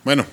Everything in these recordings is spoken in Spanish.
Bueno,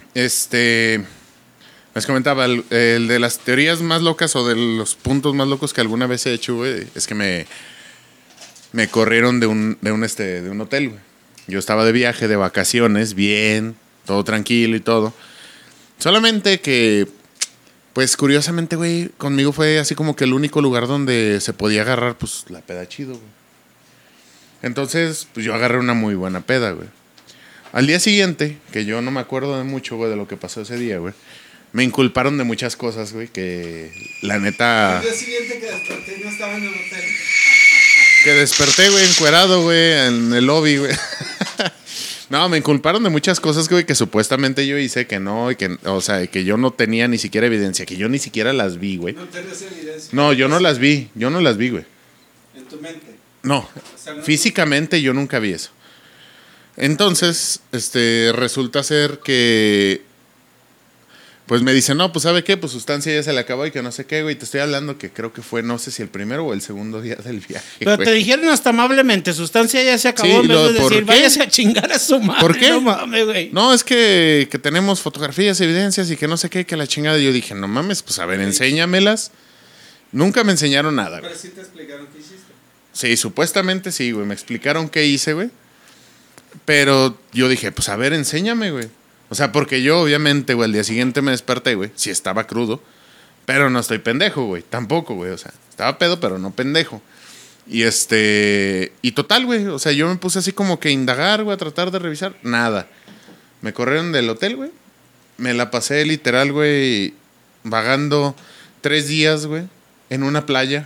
les comentaba, el de las teorías más locas o de los puntos más locos que alguna vez he hecho, güey, es que me corrieron de un hotel, güey. Yo estaba de viaje, de vacaciones, bien, todo tranquilo y todo. Solamente que, pues curiosamente, güey, conmigo fue así como que el único lugar donde se podía agarrar, pues, la peda chido, güey. Entonces, pues yo agarré una muy buena peda, güey. Al día siguiente, que yo no me acuerdo de mucho, güey, de lo que pasó ese día, güey, me inculparon de muchas cosas, güey, que la neta... Al día siguiente que desperté no estaba en el hotel. Que desperté, güey, encuerado, güey, en el lobby, güey. No, me inculparon de muchas cosas, güey, que supuestamente yo hice, que no, y que, o sea, que yo no tenía ni siquiera evidencia, que yo ni siquiera las vi, güey. No tenías evidencia. No, yo no las vi, güey. En tu mente. No, O sea, no, físicamente yo nunca vi eso. Entonces, resulta ser que, pues me dicen, no, pues ¿sabe qué? Pues sustancia ya se le acabó y que no sé qué, güey. Te estoy hablando que creo que fue, no sé si el primero o el segundo día del viaje. Pero güey. te dijeron hasta amablemente, sustancia ya se acabó, Sí, en vez de ¿por decir, qué? váyase a chingar a su madre. ¿Por qué? No mames, güey. No, es que tenemos fotografías, evidencias y que no sé qué, que la chingada. Yo dije, no mames, pues a ver, enséñamelas. Nunca me enseñaron nada, güey. pero sí te explicaron qué hiciste. Sí, supuestamente sí, güey. Me explicaron qué hice, güey. Pero yo dije, pues a ver, enséñame, güey. O sea, porque yo obviamente, güey, al día siguiente me desperté, güey. Sí estaba crudo. Pero no estoy pendejo, güey. Tampoco, güey. O sea, estaba pedo, pero no pendejo. Y y total, güey. O sea, yo me puse así como que a indagar, güey, a tratar de revisar. Nada. Me corrieron del hotel, güey. Me la pasé literal, güey, vagando 3 días, güey, en una playa.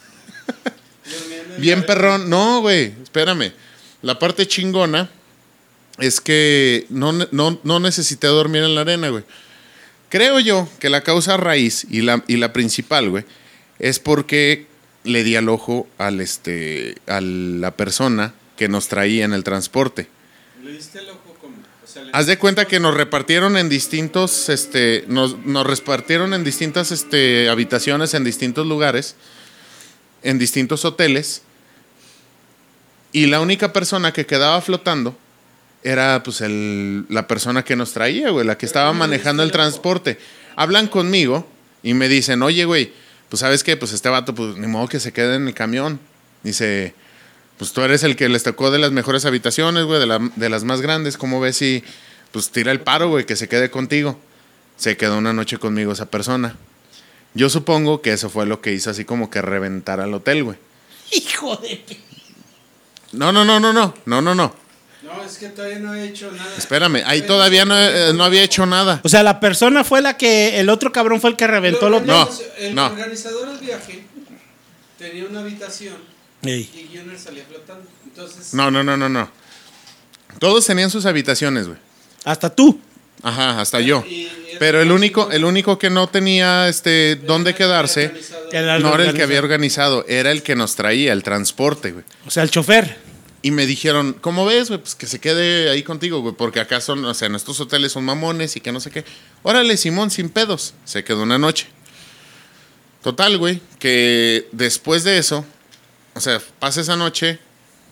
Bien perrón. No, güey, espérame. La parte chingona es que no necesité dormir en la arena, güey. Creo yo que la causa raíz y la principal, güey, es porque le di al ojo a la persona que nos traía en el transporte. ¿Le diste el ojo como? O sea, Haz de cuenta que nos repartieron en distintos, nos repartieron en distintas habitaciones, en distintos lugares, en distintos hoteles. Y la única persona que quedaba flotando era pues la persona que nos traía, güey, la que estaba manejando el transporte. Hablan conmigo y me dicen, oye, güey, pues ¿sabes qué? Pues este vato, pues ni modo que se quede en el camión. Dice, pues tú eres el que les tocó de las mejores habitaciones, güey, de las más grandes. ¿Cómo ves si pues tira el paro, güey, que se quede contigo? Se quedó una noche conmigo esa persona. Yo supongo que eso fue lo que hizo así como que reventar al hotel, güey. Hijo de... No. No, es que todavía no he hecho nada. Espérame, ahí todavía no había hecho nada. O sea, la persona fue la que... El otro cabrón fue el que reventó el hotel. No, El no. organizador del viaje tenía una habitación Ey. y Gunner salía flotando. Entonces, No. Todos tenían sus habitaciones, güey. Hasta tú. Ajá, hasta yo. y Pero el único que no tenía dónde quedarse no era el que había organizado, era el que nos traía el transporte, güey. O sea, el chofer. Y me dijeron, ¿cómo ves, güey? Pues que se quede ahí contigo, güey, porque acá son, o sea, en estos hoteles son mamones y que no sé qué. Órale, Simón, sin pedos. Se quedó una noche. Total, güey, que después de eso, o sea, pasa esa noche,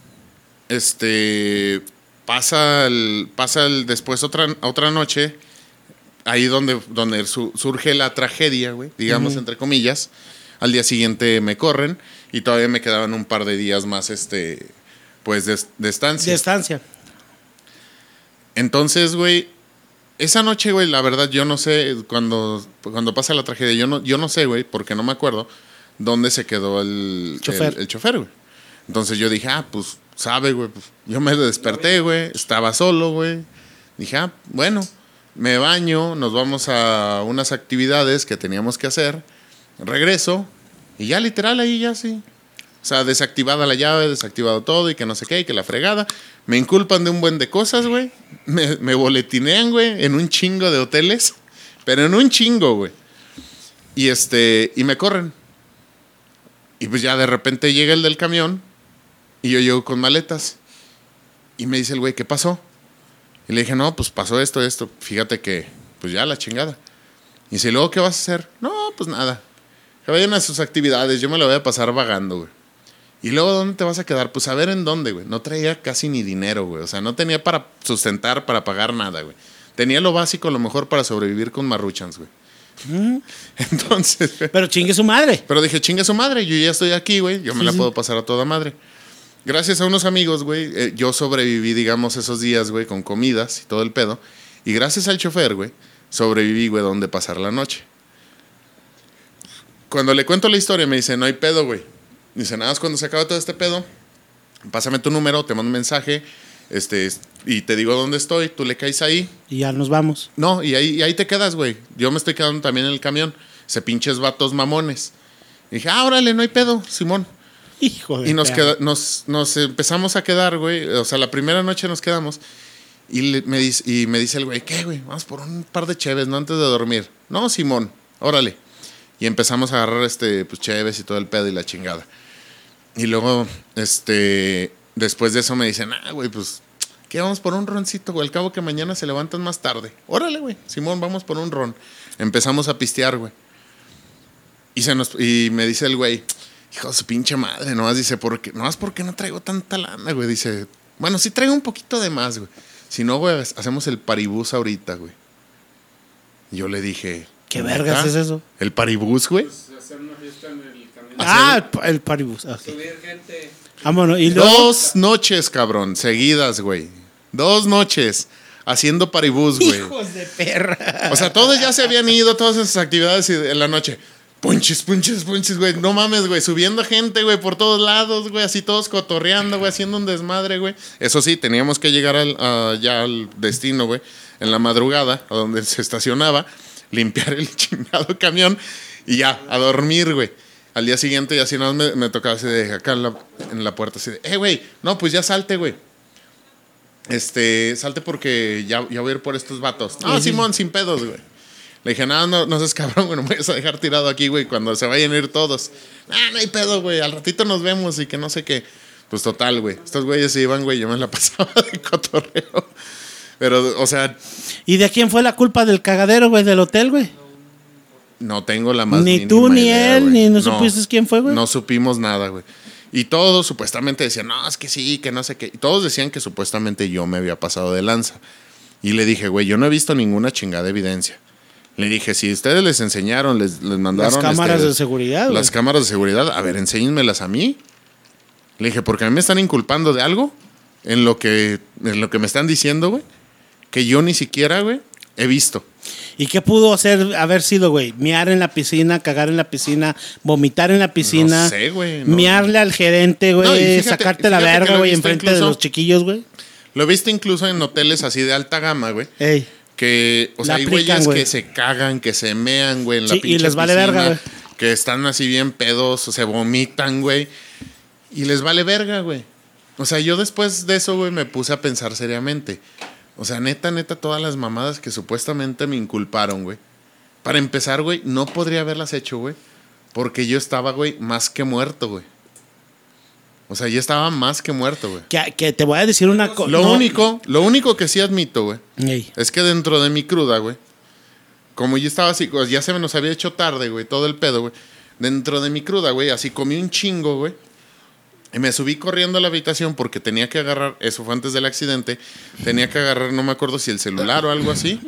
pasa después otra noche, ahí donde surge la tragedia, güey, digamos, entre comillas. Al día siguiente me corren y todavía me quedaban un par de días más, pues, de estancia. De estancia. Entonces, güey, esa noche, güey, la verdad, yo no sé, cuando pasa la tragedia, yo no sé, güey, porque no me acuerdo dónde se quedó el chofer, güey. Entonces yo dije, pues, sabe, güey, pues, yo me desperté, güey, estaba solo, güey. Dije, bueno, me baño, nos vamos a unas actividades que teníamos que hacer, regreso, y ya literal ahí ya sí. O sea, desactivada la llave, desactivado todo y que no sé qué, y que la fregada. Me inculpan de un buen de cosas, güey. Me boletinean, güey, en un chingo de hoteles. Pero en un chingo, güey. Y me corren. Y pues ya de repente llega el del camión y yo llego con maletas. Y me dice el güey, ¿qué pasó? Y le dije, no, pues pasó esto. Fíjate que, pues ya la chingada. Y dice, ¿luego qué vas a hacer? No, pues nada. Que vayan a sus actividades, yo me la voy a pasar vagando, güey. ¿Y luego dónde te vas a quedar? Pues a ver en dónde, güey. No traía casi ni dinero, güey. O sea, no tenía para sustentar, para pagar nada, güey. Tenía lo básico, a lo mejor, para sobrevivir con Maruchans, güey. Entonces, pero chingue su madre. Pero dije, chingue su madre, yo ya estoy aquí, güey. Yo me la puedo pasar a toda madre. Gracias a unos amigos, güey, yo sobreviví, digamos, esos días, güey, con comidas y todo el pedo. Y gracias al chofer, güey, sobreviví, güey, donde pasar la noche. Cuando le cuento la historia, me dice, no hay pedo, güey. Dice, nada más cuando se acaba todo este pedo, pásame tu número, te mando un mensaje, y te digo dónde estoy, tú le caes ahí. Y ya nos vamos. No, y ahí te quedas, güey. Yo me estoy quedando también en el camión. Se pinches vatos mamones. Y dije, órale, no hay pedo, Simón. Hijo de Y nos empezamos a quedar, güey. O sea, la primera noche nos quedamos. Y me dice el güey, ¿qué, güey? Vamos por un par de cheves, ¿no? Antes de dormir. No, Simón, órale. Y empezamos a agarrar, pues, cheves y todo el pedo y la chingada. Y luego, después de eso me dicen, güey, pues, ¿qué? Vamos por un roncito, güey. Al cabo que mañana se levantan más tarde. Órale, güey. Simón, vamos por un ron. Empezamos a pistear, güey. Y me dice el güey, hijo de su pinche madre, nomás dice, nomás porque no traigo tanta lana, güey. Dice, bueno, sí traigo un poquito de más, güey. Si no, güey, hacemos el paribús ahorita, güey. Y yo le dije, ¿qué vergas es eso? ¿El paribús, güey? Pues hacer una fiesta en el camino. El paribús. Okay. Subir gente. Vámonos. ¿Y luego? 2 noches, cabrón, seguidas, güey. 2 noches haciendo paribús, güey. Hijos de perra. O sea, todos ya se habían ido, todas esas actividades en la noche. Punches, güey. No mames, güey. Subiendo gente, güey, por todos lados, güey. Así todos cotorreando, güey, haciendo un desmadre, güey. Eso sí, teníamos que llegar ya al destino, güey. En la madrugada, a donde se estacionaba, limpiar el chingado camión y ya, a dormir, güey. Al día siguiente, y así nada más me tocaba así de acá en la puerta, así de, güey, no, pues ya salte, güey. Salte porque ya voy a ir por estos vatos. No, Simón, sin pedos, güey. Le dije, no seas cabrón, güey, no me vas a dejar tirado aquí, güey, cuando se vayan a ir todos. No hay pedo, güey, al ratito nos vemos y que no sé qué. Pues total, güey, estos güeyes se iban, güey, yo me la pasaba de cotorreo. Pero, o sea... ¿Y de quién fue la culpa del cagadero, güey, del hotel, güey? No tengo la más Ni tú, ni idea, él, güey. ni no supiste quién fue, güey. No supimos nada, güey. Y todos supuestamente decían, no, es que sí, que no sé qué. Y todos decían que supuestamente yo me había pasado de lanza. Y le dije, güey, yo no he visto ninguna chingada evidencia. Le dije, si ustedes les enseñaron, les mandaron... Las cámaras de seguridad, Las cámaras de seguridad, a ver, enséñenmelas a mí. Le dije, porque a mí me están inculpando de algo en lo que me están diciendo, güey, que yo ni siquiera, güey, he visto. ¿Y qué pudo haber sido, güey? ¿Miar en la piscina, cagar en la piscina, vomitar en la piscina? No sé, güey. Miarle al gerente, güey, No, y fíjate, sacarte la verga, güey, enfrente de los chiquillos, güey. Lo he visto incluso en hoteles así de alta gama, güey. Ey. Que, o sea, hay güeyes que se cagan, que se mean, güey, en la pinche y les vale piscina, verga, güey. que están así bien pedos, o se vomitan, güey. Y les vale verga, güey. O sea, yo después de eso, güey, me puse a pensar seriamente. O sea, neta, todas las mamadas que supuestamente me inculparon, güey. Para empezar, güey, no podría haberlas hecho, güey. Porque yo estaba, güey, más que muerto, güey. O sea, yo estaba más que muerto, güey. Que te voy a decir una cosa. Lo único que sí admito, güey, es que dentro de mi cruda, güey, como yo estaba así, ya se me nos había hecho tarde, güey, todo el pedo, güey. Dentro de mi cruda, güey, así comí un chingo, güey. Y me subí corriendo a la habitación porque tenía que agarrar, eso fue antes del accidente, tenía que agarrar, no me acuerdo si el celular o algo así.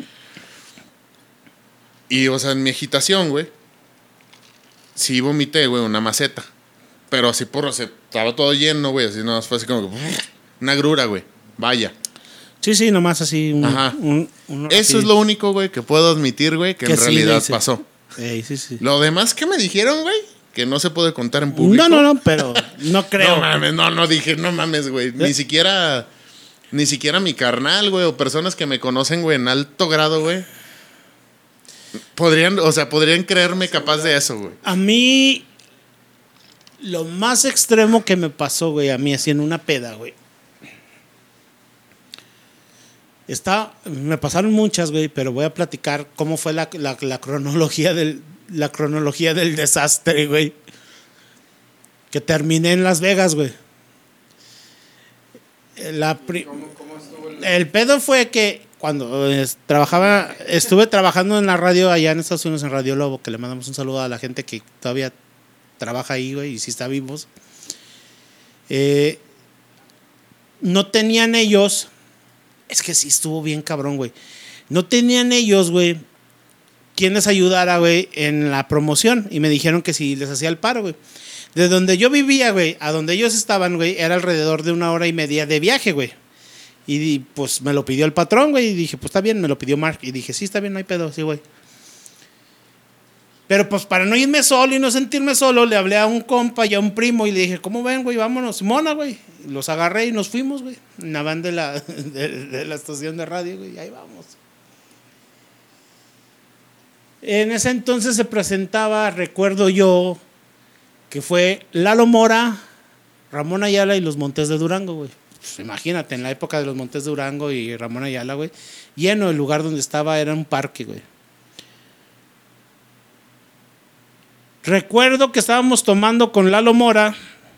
Y, o sea, en mi agitación, güey, sí vomité, güey, una maceta. Pero así estaba todo lleno, güey, así nomás fue así como una grura, güey, vaya. Sí, nomás así. Ajá. Eso es lo único, güey, que puedo admitir, güey, que en realidad pasó. Sí. Lo demás que me dijeron, güey, que no se puede contar en público. No, pero no creo. No mames, no dije, no mames, güey. Ni siquiera mi carnal, güey, o personas que me conocen, güey, en alto grado, güey, podrían creerme capaz de eso, güey. A mí, lo más extremo que me pasó, güey, a mí así en una peda, güey. Me pasaron muchas, güey, pero voy a platicar cómo fue la cronología del desastre, güey. Que terminé en Las Vegas, güey. ¿Cómo estuvo el pedo fue que cuando estuve trabajando en la radio allá en Estados Unidos, en Radio Lobo, que le mandamos un saludo a la gente que todavía trabaja ahí, güey, y si está vivos. No tenían ellos... Es que sí estuvo bien cabrón, güey. no tenían ellos, güey, quien les ayudara, güey, en la promoción. Y me dijeron que si les hacía el paro, güey. De donde yo vivía, güey, a donde ellos estaban, güey, era alrededor de 1 hora y media de viaje, güey. Y pues me lo pidió el patrón, güey, y dije, pues está bien, me lo pidió Mark. Y dije, sí, está bien, no hay pedo, sí, güey. Pero pues para no irme solo y no sentirme solo, le hablé a un compa y a un primo y le dije, ¿cómo ven, güey? Vámonos, mona, güey. Los agarré y nos fuimos, güey. En la van de la estación de radio, güey, y ahí vamos. En ese entonces se presentaba, recuerdo yo, que fue Lalo Mora, Ramón Ayala y los Montes de Durango, güey. Pues imagínate, en la época de los Montes de Durango y Ramón Ayala, güey, lleno, el lugar donde estaba era un parque, güey. Recuerdo que estábamos tomando con Lalo Mora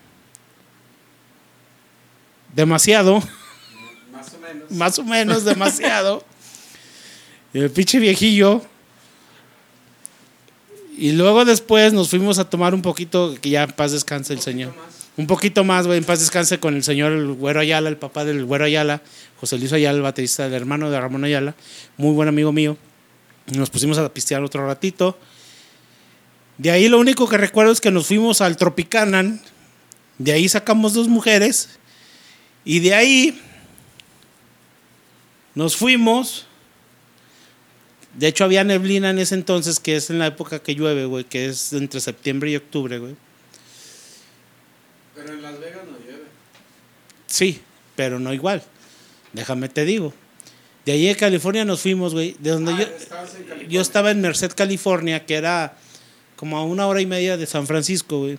demasiado. Más o menos demasiado. El pinche viejillo. Y luego después nos fuimos a tomar un poquito, que ya en paz descanse el señor. Un poquito más, güey, en paz descanse con el señor el Güero Ayala, el papá del Güero Ayala, José Luis Ayala, el baterista, el hermano de Ramón Ayala, muy buen amigo mío. Nos pusimos a pistear otro ratito. De ahí lo único que recuerdo es que nos fuimos al Tropicanan. De ahí sacamos 2 mujeres. Y de ahí nos fuimos. De hecho había neblina en ese entonces, que es en la época que llueve, güey, que es entre septiembre y octubre, güey. Pero en Las Vegas no llueve. Sí, pero no igual. Déjame te digo. De ahí de California nos fuimos, güey. De donde yo estaba en Merced, California, que era como a 1 hora y media de San Francisco, güey.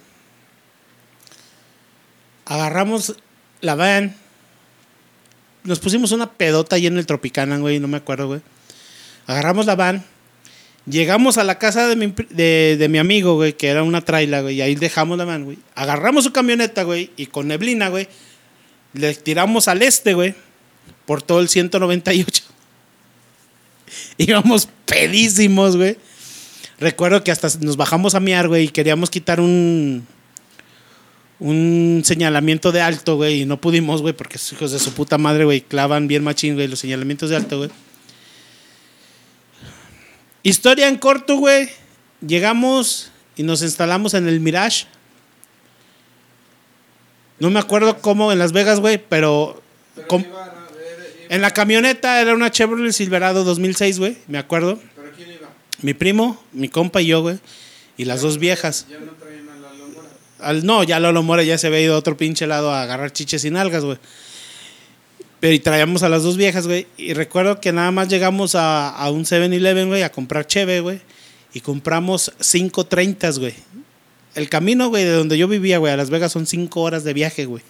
Agarramos la van. Nos pusimos una pedota ahí en el Tropicana, güey, no me acuerdo, güey. Agarramos la van. Llegamos a la casa de mi amigo, güey, que era una traila, güey, y ahí dejamos la van, güey. Agarramos su camioneta, güey, y con neblina, güey, le tiramos al este, güey, por todo el 198. Íbamos pedísimos, güey. Recuerdo que hasta nos bajamos a miar, güey, y queríamos quitar un señalamiento de alto, güey, y no pudimos, güey, porque esos hijos de su puta madre, güey, clavan bien machín, güey, los señalamientos de alto, güey. Historia en corto, güey. Llegamos y nos instalamos en el Mirage. No me acuerdo cómo en Las Vegas, güey, pero en la camioneta era una Chevrolet Silverado 2006, güey, me acuerdo. ¿Pero quién iba? Mi primo, mi compa y yo, güey, y las 2 viejas. ¿Ya no traían a Lalo Mora? No, ya Lalo Mora ya se había ido a otro pinche lado a agarrar chiches sin algas, güey. Pero y traíamos a las 2 viejas, güey. Y recuerdo que nada más llegamos a un 7-Eleven, güey, a comprar cheve, güey. Y compramos 5 30, güey. El camino, güey, de donde yo vivía, güey, a Las Vegas son 5 horas de viaje, güey.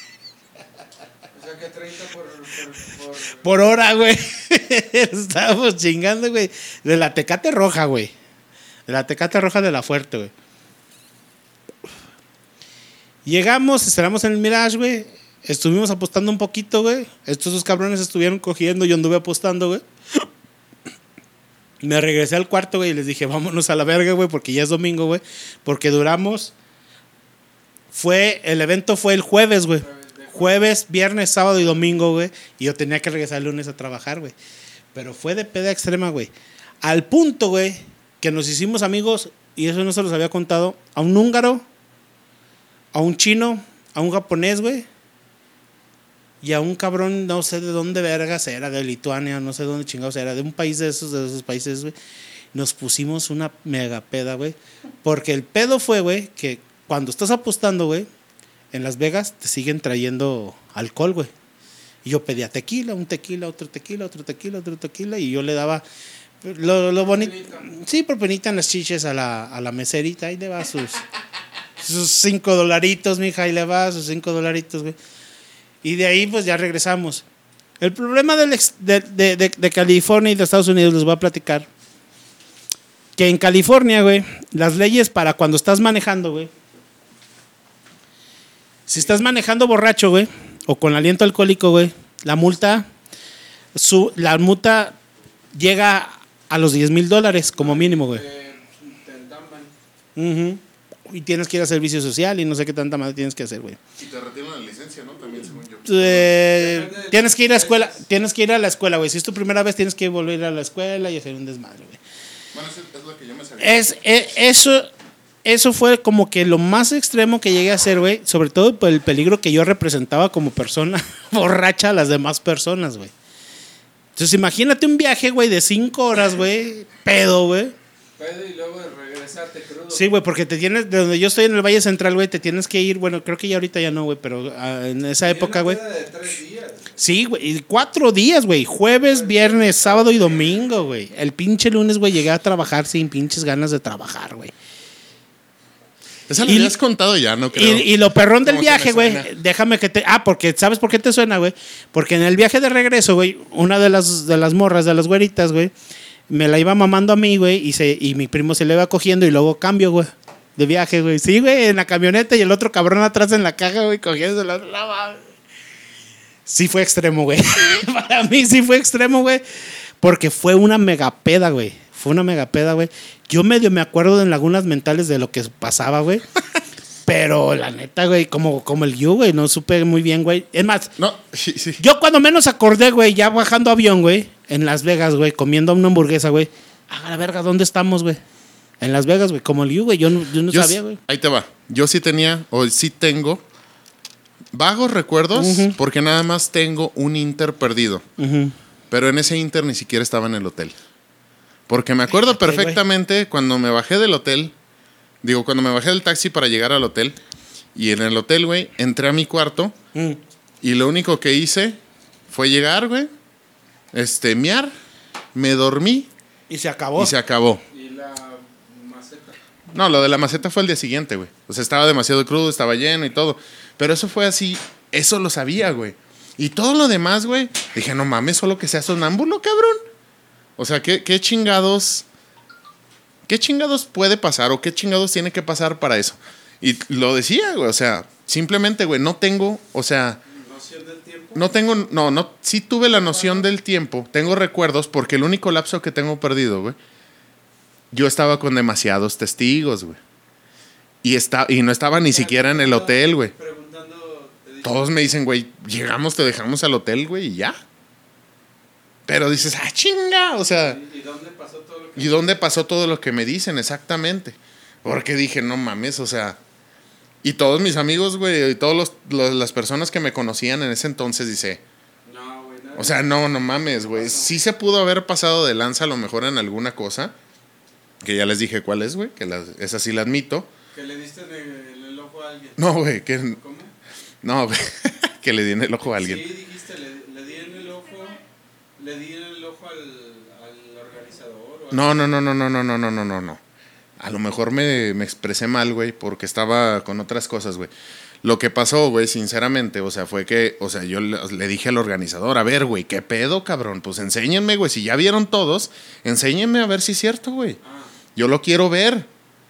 O sea que 30 por hora, güey. Estábamos chingando, güey. De la Tecate Roja, güey. De la Tecate Roja de la Fuerte, güey. Llegamos, esperamos en el Mirage, güey. Estuvimos apostando un poquito, güey. Estos 2 cabrones estuvieron cogiendo, yo anduve apostando, güey. Me regresé al cuarto, güey, y les dije, vámonos a la verga, güey, porque ya es domingo, güey. Porque duramos. El evento fue el jueves, güey. Jueves, viernes, sábado y domingo, güey. Y yo tenía que regresar el lunes a trabajar, güey. Pero fue de peda extrema, güey. Al punto, güey, que nos hicimos amigos, y eso no se los había contado, a un húngaro, a un chino, a un japonés, güey. Y a un cabrón, no sé de dónde vergas era, de Lituania, no sé de dónde chingados era, de un país de esos países, güey. Nos pusimos una mega peda, güey. Porque el pedo fue, güey, que cuando estás apostando, güey, en Las Vegas te siguen trayendo alcohol, güey. Y yo pedía tequila, un tequila, otro tequila, otro tequila, otro tequila, y yo le daba lo bonito. Sí, por penita en las chiches a la meserita, ahí le va sus $5, mija, ahí le va sus $5, güey. Y de ahí pues ya regresamos. El problema de California y de Estados Unidos, les voy a platicar. Que en California, güey, las leyes para cuando estás manejando, güey. Si estás manejando borracho, güey, o con aliento alcohólico, güey, la multa llega a los $10,000 como mínimo, güey. Te entamban. y tienes que ir a servicio social y no sé qué tanta madre tienes que hacer, güey. Y te retiran la licencia, ¿no? También, según yo. Tienes que ir a escuela, tienes que ir a la escuela, güey. Si es tu primera vez, tienes que volver a la escuela y hacer un desmadre, güey. Bueno, eso es lo que yo me sabía. Eso fue como que lo más extremo que llegué a hacer, güey. Sobre todo por el peligro que yo representaba como persona borracha a las demás personas, güey. Entonces imagínate un viaje, güey, de 5 horas, güey, pedo, güey. Pedo y luego regresarte crudo. Sí, güey, porque te tienes, de donde yo estoy en el Valle Central, güey, te tienes que ir, bueno, creo que ya ahorita ya no, güey, pero en esa época, güey. De 3 días. Sí, güey, y 4 días, güey, jueves, viernes, sábado y domingo, güey. El pinche lunes, güey, llegué a trabajar sin pinches ganas de trabajar, güey. Esa lo habías contado ya, no creo. Y lo perrón del viaje, güey, déjame que te... porque ¿sabes por qué te suena, güey? Porque en el viaje de regreso, güey, una de las morras, de las güeritas, güey, me la iba mamando a mí, güey, y mi primo se le iba cogiendo y luego cambio, güey, de viaje, güey. Sí, güey, en la camioneta y el otro cabrón atrás en la caja, güey, cogiéndola. Sí fue extremo, güey. Para mí sí fue extremo, güey, porque fue una megapeda, güey. Fue una megapeda, güey. Yo medio me acuerdo en lagunas mentales de lo que pasaba, güey. Pero la neta, güey, como el You, güey, no supe muy bien, güey. Es más, no, sí. Yo cuando menos acordé, güey, ya bajando avión, güey, en Las Vegas, güey, comiendo una hamburguesa, güey. A la verga, ¿dónde estamos, güey? En Las Vegas, güey, como el You, güey. Yo no sabía, güey. Ahí te va. Yo sí tenía, o sí tengo, vagos recuerdos, porque nada más tengo un Inter perdido. Pero en ese Inter ni siquiera estaba en el hotel. Porque me acuerdo perfectamente cuando me bajé del hotel, cuando me bajé del taxi para llegar al hotel, y en el hotel, güey, entré a mi cuarto, y lo único que hice fue llegar, güey, mear, me dormí. Y se acabó. ¿Y la maceta? No, lo de la maceta fue el día siguiente, güey. O sea, estaba demasiado crudo, estaba lleno y todo. Pero eso fue así, eso lo sabía, güey. Y todo lo demás, güey, dije, no mames, solo que sea sonámbulo, cabrón. O sea, ¿qué chingados puede pasar o qué chingados tiene que pasar para eso? Y lo decía, güey, o sea, simplemente, güey, no tengo, o sea... ¿Noción del tiempo? No tengo, sí tuve la noción del tiempo, tengo recuerdos, porque el único lapso que tengo perdido, güey, yo estaba con demasiados testigos, güey. Y no estaba ni siquiera en el hotel, güey. Todos me dicen, güey, llegamos, te dejamos al hotel, güey, y ya. Pero dices, chinga, o sea... ¿Y dónde pasó todo lo que me dicen? Exactamente. Porque dije, no mames, o sea... Y todos mis amigos, güey, y todas las personas que me conocían en ese entonces, dice... No, güey, o sea, no mames, güey. Sí se pudo haber pasado de lanza a lo mejor en alguna cosa. Que ya les dije cuál es, güey, que esa sí la admito. ¿Que le diste en el ojo a alguien? No, güey, que... ¿Cómo? No, güey, que le di en el ojo a alguien. Sí, dijiste, le di en el ojo al organizador. ¿O No. A lo mejor me expresé mal, güey, porque estaba con otras cosas, güey. Lo que pasó, güey, sinceramente, o sea, fue que, o sea, yo le dije al organizador, a ver, güey, ¿qué pedo, cabrón? Pues enséñenme, güey, si ya vieron todos, enséñenme a ver si es cierto, güey. Yo lo quiero ver.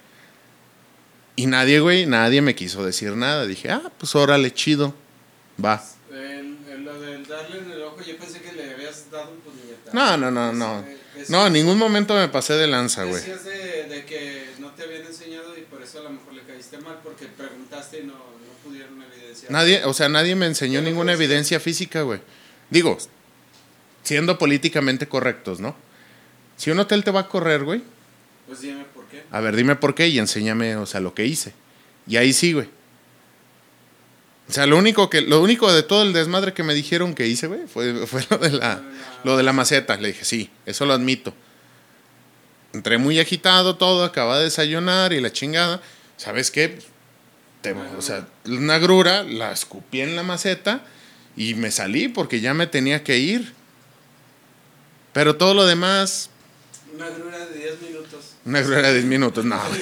Y nadie me quiso decir nada. Dije, pues órale, chido, va. En lo del darle en el ojo, yo pensé que le habías dado un puñetazo. No. No, en ningún momento me pasé de lanza, güey. Decías de que no te habían enseñado y por eso a lo mejor le caíste mal, porque preguntaste y no pudieron evidenciar. Nadie me enseñó ninguna evidencia física, güey. Digo, siendo políticamente correctos, ¿no? Si un hotel te va a correr, güey. Pues dime por qué. A ver, dime por qué y enséñame, o sea, lo que hice. Y ahí sí, güey. O sea, lo único de todo el desmadre que me dijeron que hice, güey, fue lo de la maceta. Le dije, sí, eso lo admito. Entré muy agitado todo, acababa de desayunar y la chingada. ¿Sabes qué? O sea, una grura, la escupí en la maceta y me salí porque ya me tenía que ir. Pero todo lo demás... Una grura de 10 minutos. Una grura de 10 minutos, no, güey.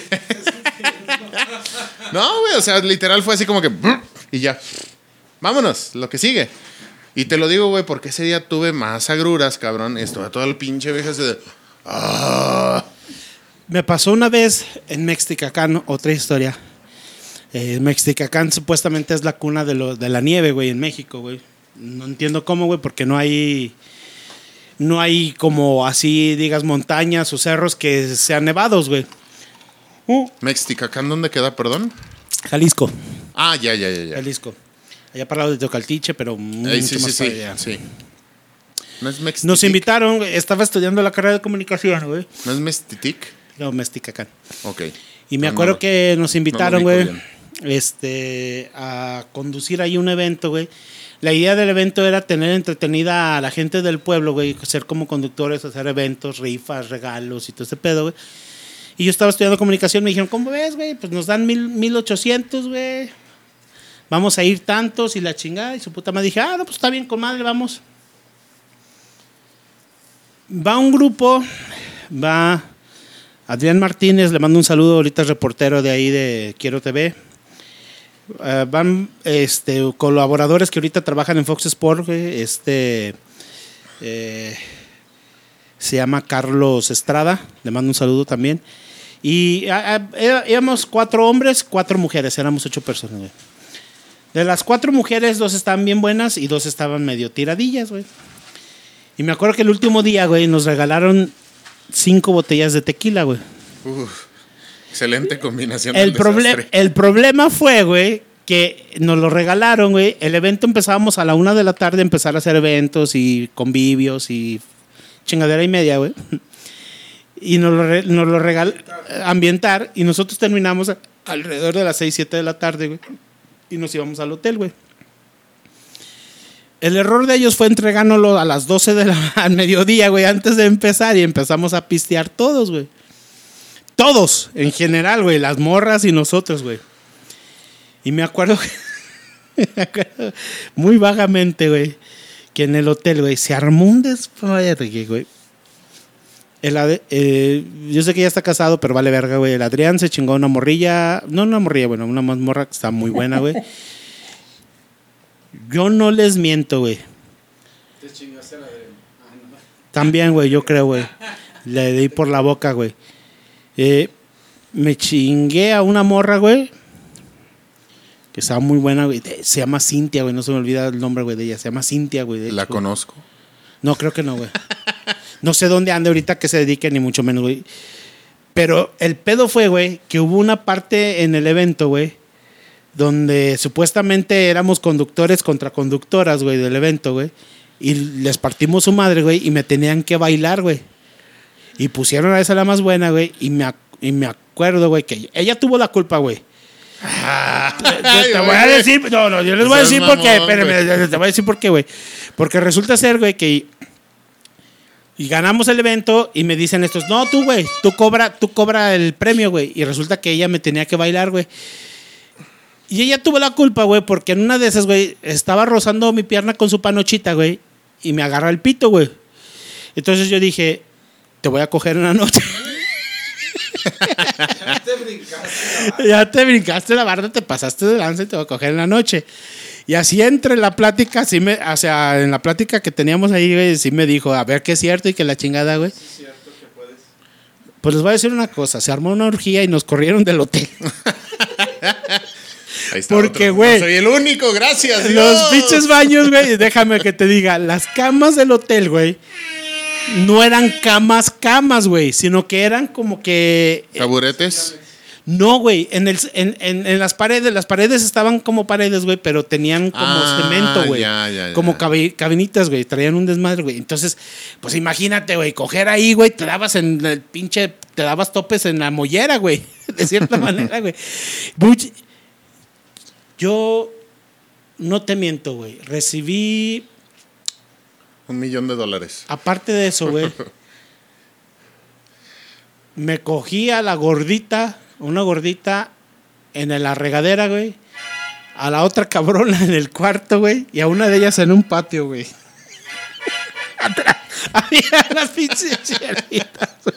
No, güey, o sea, literal fue así como que... Y ya, vámonos, lo que sigue. Y te lo digo, güey, porque ese día tuve más agruras, cabrón. Esto, todo el pinche viejo de... Me pasó una vez en Mexticacán, otra historia. Mexticacán supuestamente es la cuna de la nieve, güey, en México, güey. No entiendo cómo, güey, porque no hay como así, digas, montañas o cerros que sean nevados, güey. ¿Mexticacán dónde queda, perdón? Jalisco. Ah, ya. Jalisco. Allá para el lado de Teocaltiche, pero mucho más para allá. Sí. ¿No es Mextitic? Nos invitaron, estaba estudiando la carrera de comunicación, güey. ¿No es Mextitic? No, Mexticacán. Ok. Y me acuerdo que nos invitaron, güey, bien. a conducir ahí un evento, güey. La idea del evento era tener entretenida a la gente del pueblo, güey, ser como conductores, hacer eventos, rifas, regalos y todo ese pedo, güey. Y yo estaba estudiando comunicación, me dijeron, ¿cómo ves, güey? Pues nos dan 1,800, güey. Vamos a ir tantos y la chingada. Y su puta madre dije, no, pues está bien, con madre, vamos. Va un grupo, va Adrián Martínez, le mando un saludo, ahorita es reportero de ahí de Quiero TV. Van colaboradores que ahorita trabajan en Fox Sports, güey. Se llama Carlos Estrada, le mando un saludo también. Y éramos 4 hombres, 4 mujeres, éramos 8 personas, güey. De las 4 mujeres, 2 estaban bien buenas y 2 estaban medio tiradillas, güey. Y me acuerdo que el último día, güey, nos regalaron 5 botellas de tequila, güey. Excelente combinación. El problema fue, güey, que nos lo regalaron, güey. El evento empezábamos a la 1 de la tarde, empezar a hacer eventos y convivios y chingadera y media, güey. Y nos lo regalaron ambientar y nosotros terminamos alrededor de las 6, 7 de la tarde, güey. Y nos íbamos al hotel, güey. El error de ellos fue entregándolo a las 12 al mediodía, güey, antes de empezar, y empezamos a pistear todos, güey. Todos, en general, güey, las morras y nosotros, güey. Y me acuerdo, muy vagamente, güey, que en el hotel, güey, se armó un desmadre, güey. Yo sé que ya está casado, pero vale verga, güey. El Adrián se chingó una morrilla, no una morrilla, bueno, una mazmorra que está muy buena, güey. Yo no les miento, güey. Te chingaste la de... no. También, güey, yo creo, güey. Le di por la boca, güey. Me chingué a una morra, güey, que estaba muy buena, güey. Se llama Cintia, güey. No se me olvida el nombre, güey, de ella. Se llama Cintia, güey. ¿La conozco? No, creo que no, güey. No sé dónde ande ahorita que se dedique, ni mucho menos, güey. Pero el pedo fue, güey, que hubo una parte en el evento, güey, donde supuestamente éramos conductores contra conductoras, güey, del evento, güey. Y les partimos su madre, güey, y me tenían que bailar, güey. Y pusieron a esa la más buena, güey. Y me acuerdo, güey, que ella tuvo la culpa, güey. Te voy a decir, no, yo les voy a decir por qué. Espérame, te voy a decir por qué, güey. Porque resulta ser, güey, que y ganamos el evento y me dicen estos, no, tú, güey, tú cobra el premio, güey. Y resulta que ella me tenía que bailar, güey. Y ella tuvo la culpa, güey, porque en una de esas, güey, estaba rozando mi pierna con su panochita, güey, y me agarra el pito, güey. Entonces yo dije, te voy a coger en la noche. Ya te brincaste la barda, te pasaste de lanza y te voy a coger en la noche. Y así entre la plática, en la plática que teníamos ahí, güey, sí me dijo, a ver qué es cierto y que la chingada, güey. Sí, es cierto que puedes. Pues les voy a decir una cosa, se armó una orgía y nos corrieron del hotel. Ahí está. Porque, güey, no soy el único, gracias, Dios. Los pinches baños, güey, déjame que te diga, las camas del hotel, güey, no eran camas, güey, sino que eran como que... ¿Taburetes? No, güey, en las paredes estaban como paredes, güey, pero tenían como cemento, güey. Ya. Como cabinitas, güey, traían un desmadre, güey. Entonces, pues imagínate, güey, coger ahí, güey, te dabas topes en la mollera, güey, de cierta manera, güey. Yo no te miento, güey, recibí... $1,000,000. Aparte de eso, güey, me cogí a la gordita, una gordita en la regadera, güey, a la otra cabrona en el cuarto, güey, y a una de ellas en un patio, güey. Atrás había las pinches chelitas, güey.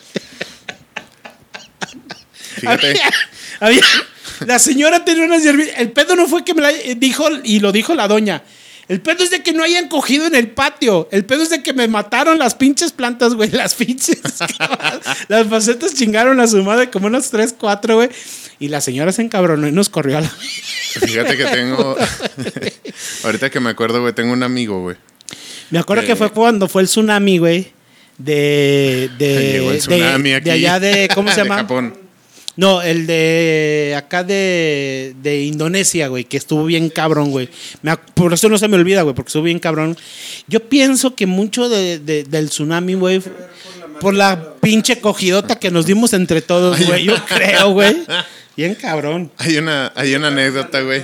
Fíjate. Había, la señora tenía unas hierbitas. El pedo no fue que me la dijo, y lo dijo la doña. El pedo es de que no hayan cogido en el patio. El pedo es de que me mataron las pinches plantas, güey. Las pinches. Las facetas chingaron a su madre como unas 3, 4, güey. Y la señora se encabronó y nos corrió a la... Fíjate que tengo... Ahorita que me acuerdo, güey, tengo un amigo, güey. Me acuerdo que fue cuando fue el tsunami, güey. Llegó el tsunami aquí. De allá de... ¿Cómo se llama? De Japón. No, el de acá de Indonesia, güey, que estuvo bien cabrón, güey. Por eso no se me olvida, güey, porque estuvo bien cabrón. Yo pienso que mucho del tsunami, güey, por la pinche cogidota que nos dimos entre todos, güey. Yo creo, güey. Bien cabrón. Hay una anécdota, güey.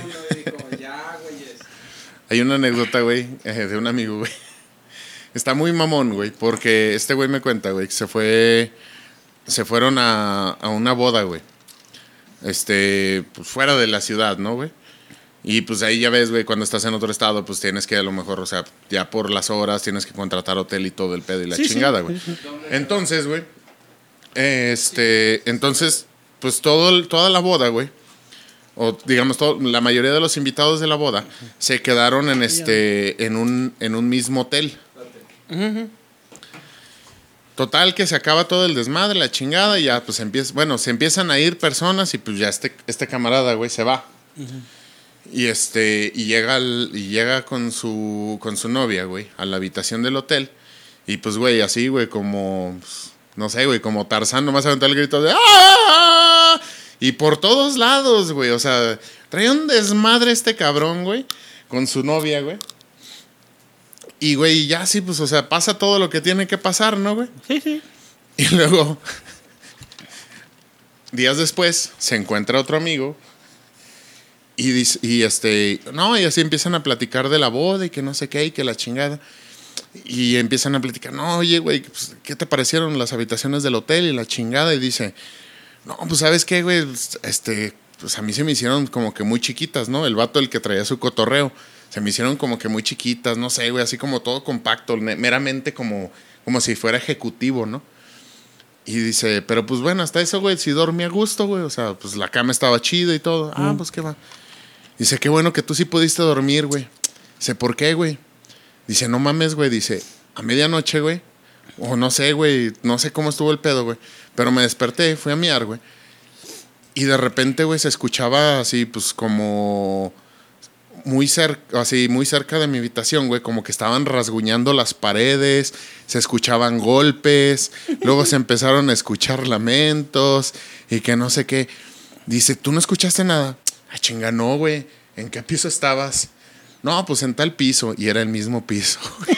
Hay una anécdota, güey, de un amigo, güey. Está muy mamón, güey, porque este güey me cuenta, güey, que se fueron a una boda, güey. Pues fuera de la ciudad, ¿no, güey? Y pues ahí ya ves, güey, cuando estás en otro estado, pues tienes que a lo mejor, o sea, ya por las horas tienes que contratar hotel y todo el pedo y la chingada, güey. Sí. Entonces, güey, entonces, pues toda la boda, güey, o digamos, la mayoría de los invitados de la boda se quedaron en un mismo hotel. Uh-huh. Total que se acaba todo el desmadre, la chingada, y ya pues se empiezan a ir personas y pues ya este camarada, güey, se va. Uh-huh. Y llega con su novia, güey, a la habitación del hotel. Y pues, güey, así, güey, como, no sé, güey, como Tarzán, nomás aventó el grito de ¡ah! Y por todos lados, güey, o sea, traía un desmadre este cabrón, güey, con su novia, güey. Y, güey, ya sí, pues, o sea, pasa todo lo que tiene que pasar, ¿no, güey? Sí, sí. Y luego, días después, se encuentra otro amigo y dice, y así empiezan a platicar de la boda y que no sé qué y que la chingada. Y empiezan a platicar, no, oye, güey, pues, ¿qué te parecieron las habitaciones del hotel y la chingada? Y dice, no, pues, ¿sabes qué, güey? Pues a mí se me hicieron como que muy chiquitas, ¿no? El vato, el que traía su cotorreo. Se me hicieron como que muy chiquitas, no sé, güey, así como todo compacto, meramente como si fuera ejecutivo, ¿no? Y dice, pero pues bueno, hasta eso, güey, sí dormí a gusto, güey, o sea, pues la cama estaba chida y todo. Ah, pues qué va. Dice, qué bueno que tú sí pudiste dormir, güey. Dice, ¿por qué, güey? Dice, no mames, güey, dice, a medianoche, güey, o no sé, güey, no sé cómo estuvo el pedo, güey, pero me desperté, fui a miar, güey, y de repente, güey, se escuchaba así, pues como muy cerca de mi habitación, güey, como que estaban rasguñando las paredes, se escuchaban golpes, luego se empezaron a escuchar lamentos y que no sé qué. Dice, ¿tú no escuchaste nada? Ah, chinga, no, güey. ¿En qué piso estabas? No, pues en tal piso. Y era el mismo piso.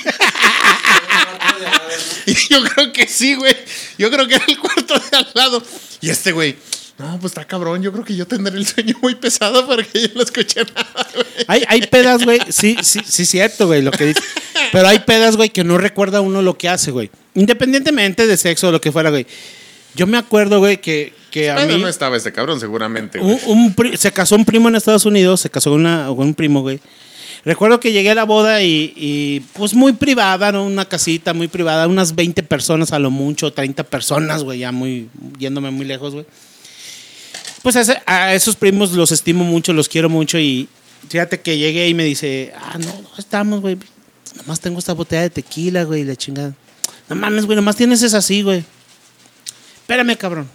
Y yo creo que sí, güey. Yo creo que era el cuarto de al lado. Y este güey, no, pues está cabrón. Yo creo que yo tendré el sueño muy pesado porque yo no escuché nada, güey. Hay pedas, güey. Sí, cierto, güey, lo que dice. Pero hay pedas, güey, que no recuerda uno lo que hace, güey. Independientemente de sexo o lo que fuera, güey. Yo me acuerdo, güey, que a mí... no estaba este cabrón, seguramente, güey. Se casó un primo en Estados Unidos, se casó con un primo, güey. Recuerdo que llegué a la boda y pues muy privada, ¿no? Una casita muy privada, unas 20 personas a lo mucho, 30 personas, güey, ya yéndome muy lejos, güey. Pues a esos primos los estimo mucho, los quiero mucho y fíjate que llegué y me dice, no estamos, güey, nomás tengo esta botella de tequila, güey, la chingada. No mames, güey, nomás tienes esa así, güey. Espérame, cabrón.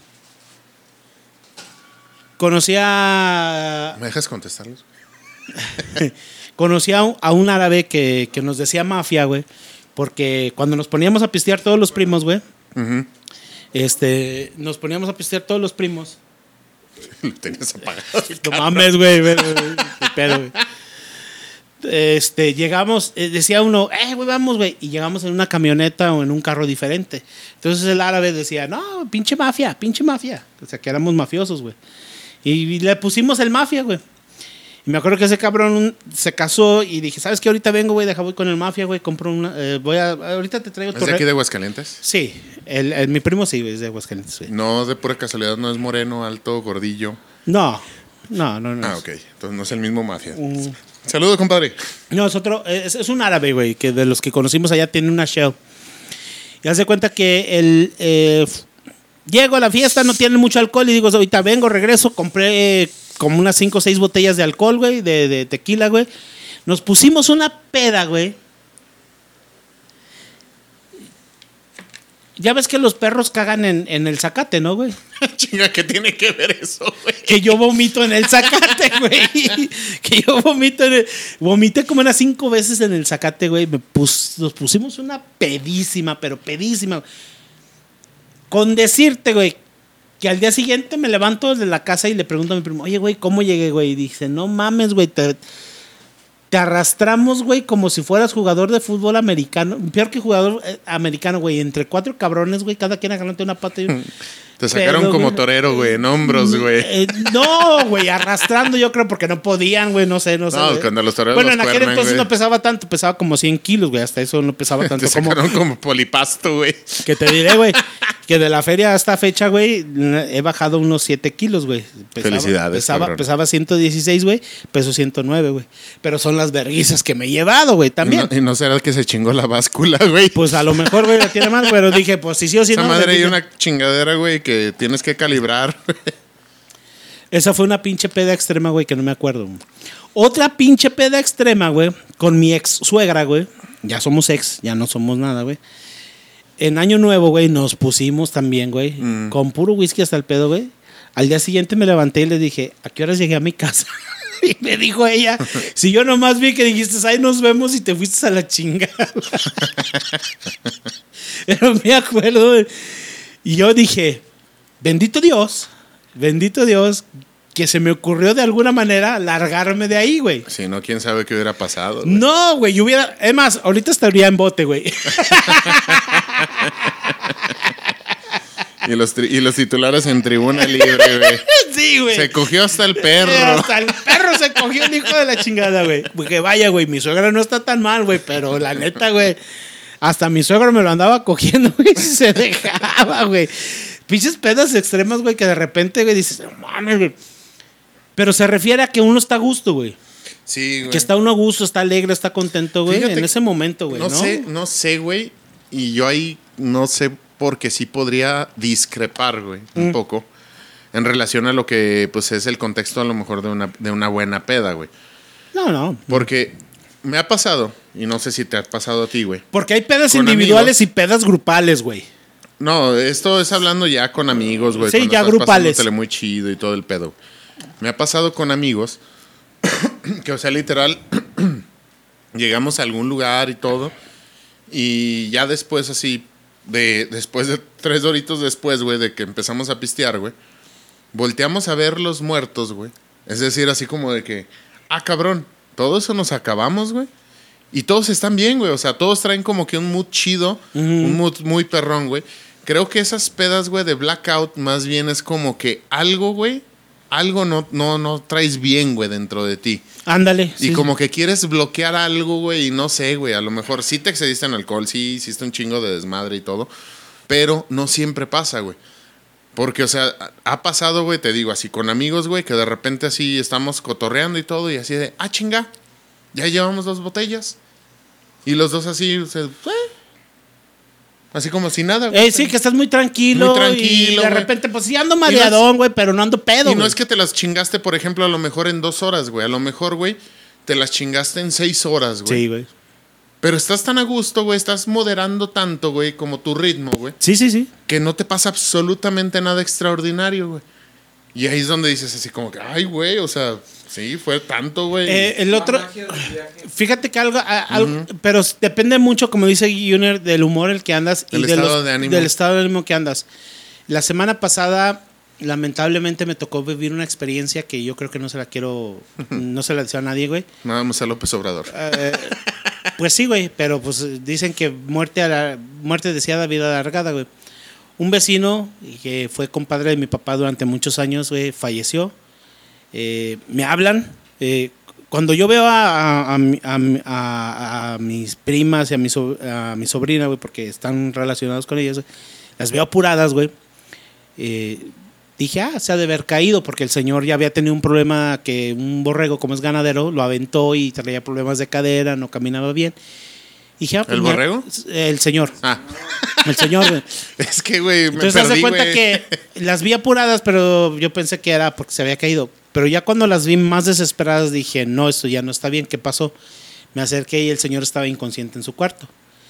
Conocí a... ¿Me dejas contestarlos? Conocí a un árabe que nos decía mafia, güey, porque cuando nos poníamos a pistear todos los primos, güey, uh-huh. Nos poníamos a pistear todos los primos. Lo tenías apagado. No mames, güey. Pero, güey. Llegamos, decía uno, güey, vamos, güey. Y llegamos en una camioneta o en un carro diferente. Entonces el árabe decía, no, pinche mafia. O sea, que éramos mafiosos, güey. Y le pusimos el mafia, güey. Y me acuerdo que ese cabrón se casó y dije, ¿sabes qué? Ahorita vengo, güey, voy con el mafia, güey, compro una... ahorita te traigo... ¿Es de aquí de Aguascalientes? Sí, mi primo sí, güey, es de Aguascalientes, güey. No, de pura casualidad, no es moreno, alto, gordillo. No. Ah, ok, entonces no es el mismo mafia. Saludos, compadre. No, es otro, es un árabe, güey, que de los que conocimos allá tiene una Shell. Y hace cuenta que llego a la fiesta, no tiene mucho alcohol y digo, ahorita vengo, regreso, compré... como unas 5 o 6 botellas de alcohol, güey, de tequila, güey. Nos pusimos una peda, güey. Ya ves que los perros cagan en el zacate, ¿no, güey? Chinga, ¿qué tiene que ver eso, güey? Que yo vomito en el zacate, güey. Vomité como unas 5 veces en el zacate, güey. Nos pusimos una pedísima, pero pedísima. Con decirte, güey, Que al día siguiente me levanto de la casa y le pregunto a mi primo, oye, güey, ¿cómo llegué, güey? Y dice, no mames, güey, te arrastramos, güey, como si fueras jugador de fútbol americano. Peor que jugador americano, güey. Entre 4 cabrones, güey, cada quien agarrante una pata y Te sacaron como güey, torero, güey, en hombros, güey. No, güey, arrastrando yo creo porque no podían, güey, no sé. No, cuando los toreros bueno, los en aquel cuernan, entonces güey. no pesaba tanto, pesaba como 100 kilos, güey. Hasta eso no pesaba tanto. Te sacaron como polipasto, güey. Que te diré, güey, que de la feria a esta fecha, güey, he bajado unos 7 kilos, güey. Felicidades, pesaba 116, güey, peso 109, güey. Pero son las verguizas que me he llevado, güey, también. Y no será que se chingó la báscula, güey. Pues a lo mejor, güey, la tiene mal, pero dije, pues si sí o si Esa no. madre hay una chingadera, güey, que tienes que calibrar. Esa fue una pinche peda extrema, güey, que no me acuerdo. Otra pinche peda extrema, güey, con mi ex suegra, güey. Ya somos ex, ya no somos nada, güey. En Año Nuevo, güey, nos pusimos también, güey, con puro whisky hasta el pedo, güey. Al día siguiente me levanté y le dije, ¿a qué horas llegué a mi casa? Y me dijo ella, si yo nomás vi que dijiste, ahí nos vemos y te fuiste a la chingada. Pero me acuerdo, güey. Y yo dije, bendito Dios, que se me ocurrió de alguna manera largarme de ahí, güey. Si no, quién sabe qué hubiera pasado, güey. No, güey, yo hubiera... Es más, ahorita estaría en bote, güey. Y los titulares en tribuna libre, güey. Sí, güey. Se cogió hasta el perro. Hasta el perro se cogió el hijo de la chingada, güey. Porque vaya, güey, mi suegra no está tan mal, güey, pero la neta, güey, hasta mi suegro me lo andaba cogiendo, güey, y se dejaba, güey. Pinches pedas extremas, güey, que de repente, güey, dices, no mames, güey. Pero se refiere a que uno está a gusto, güey. Sí, güey. Que está uno a gusto, está alegre, está contento, güey, en ese momento, güey, ¿no? No sé, güey. Y yo ahí no sé porque sí podría discrepar, güey, un poco. En relación a lo que, pues, es el contexto a lo mejor de una buena peda, güey. No. Porque me ha pasado, y no sé si te ha pasado a ti, güey. Porque hay pedas Con individuales amigos. y pedas grupales, güey. No, esto es hablando ya con amigos, güey. Sí, cuando ya estás grupales. pasándotele muy chido y todo el pedo. Me ha pasado con amigos que, o sea, literal, llegamos a algún lugar y todo. Y ya después, así, después de 3 horitos después, güey, de que empezamos a pistear, güey, volteamos a ver los muertos, güey. Es decir, así como de que, cabrón, todo eso nos acabamos, güey. Y todos están bien, güey. O sea, todos traen como que un mood chido, un mood muy perrón, güey. Creo que esas pedas, güey, de blackout, más bien es como que algo, güey, algo no traes bien, güey, dentro de ti. Ándale. Y como que quieres bloquear algo, güey, y no sé, güey, a lo mejor sí te excediste en alcohol, sí hiciste un chingo de desmadre y todo, pero no siempre pasa, güey. Porque, o sea, ha pasado, güey, te digo, así con amigos, güey, que de repente así estamos cotorreando y todo, y así de, chinga, ya llevamos 2 botellas. Y los dos así, así como si nada, güey. Sí, que estás muy tranquilo. Muy tranquilo, y de güey. repente, pues sí ando mareadón, güey, pero no ando pedo, Y no güey. es que te las chingaste, por ejemplo, a lo mejor en 2 horas, güey. A lo mejor, güey, te las chingaste en 6 horas, güey. Sí, güey. Pero estás tan a gusto, güey, estás moderando tanto, güey, como tu ritmo, güey, Sí. que no te pasa absolutamente nada extraordinario, güey. Y ahí es donde dices así como que, ay, güey, o sea, sí, fue tanto, güey. El otro, fíjate que algo pero depende mucho, como dice Junior, del humor el que andas y Del estado de ánimo. del estado de ánimo que andas. La semana pasada, lamentablemente, me tocó vivir una experiencia que yo creo que no se la deseo a nadie, güey. Nada más a López Obrador. Pues sí, güey, pero pues dicen que muerte deseada, vida alargada, güey. Un vecino que fue compadre de mi papá durante muchos años, güey, falleció. Me hablan. Cuando yo veo a mis primas y a mi sobrina, güey, porque están relacionados con ellas, güey, las veo apuradas, güey. Dije, se ha de haber caído, porque el señor ya había tenido un problema que un borrego, como es ganadero, lo aventó y traía problemas de cadera, no caminaba bien. Dije, ¿El borrego? El señor. El señor, güey. Es que, güey, me Entonces, perdí, haz de cuenta güey. que las vi apuradas, pero yo pensé que era porque se había caído. Pero ya cuando las vi más desesperadas, dije, no, esto ya no está bien. ¿Qué pasó? Me acerqué y el señor estaba inconsciente en su cuarto.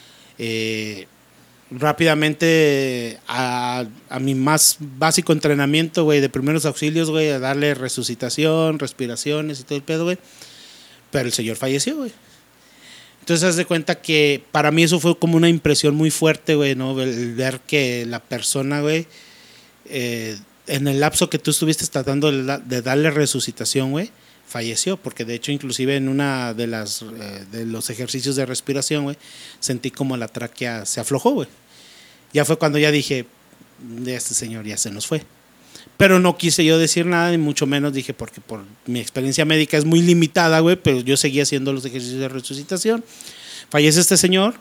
Rápidamente a mi más básico entrenamiento, güey, de primeros auxilios, güey, a darle resucitación, respiraciones y todo el pedo, güey. Pero el señor falleció, güey. Entonces, haz de cuenta que para mí eso fue como una impresión muy fuerte, güey, ¿no? El ver que la persona, güey, en el lapso que tú estuviste tratando de darle resucitación, güey, falleció, porque de hecho inclusive en una de los ejercicios de respiración, güey, sentí como la tráquea se aflojó, güey. Ya fue cuando ya dije, este señor ya se nos fue. Pero no quise yo decir nada, ni mucho menos dije, porque por mi experiencia médica es muy limitada, güey, pero yo seguía haciendo los ejercicios de resucitación. Fallece este señor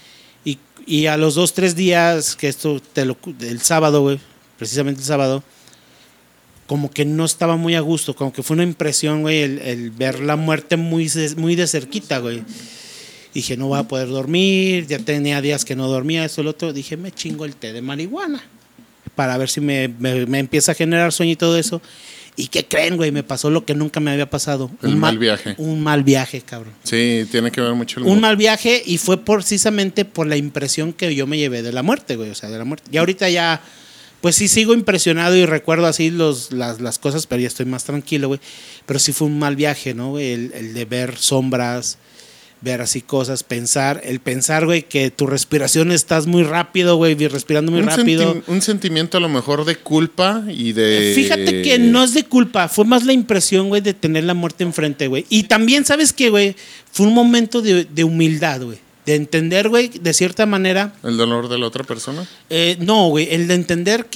y a los 2-3 días, que esto el sábado, güey, precisamente el sábado, como que no estaba muy a gusto, como que fue una impresión, güey, el ver la muerte muy de cerquita, güey. Dije, no voy a poder dormir, ya tenía días que no dormía, eso, lo otro. Dije, me chingo el té de marihuana para ver si me empieza a generar sueño y todo eso. ¿Y qué creen, güey? Me pasó lo que nunca me había pasado. Un mal viaje. Un mal viaje, cabrón. Sí, tiene que ver mucho el Un mal viaje, y fue precisamente por la impresión que yo me llevé de la muerte, güey. O sea, de la muerte. Y ahorita ya, pues sí sigo impresionado y recuerdo así las cosas, pero ya estoy más tranquilo, güey. Pero sí fue un mal viaje, ¿no, güey? El de ver sombras, ver así cosas, pensar, güey, que tu respiración estás muy rápido, güey, respirando muy rápido. Un sentimiento a lo mejor de culpa y de... Fíjate que no es de culpa, fue más la impresión, güey, de tener la muerte enfrente, güey. Y también, ¿sabes qué, güey? Fue un momento de humildad, güey. De entender, güey, de cierta manera... ¿El dolor de la otra persona? No, güey, el de entender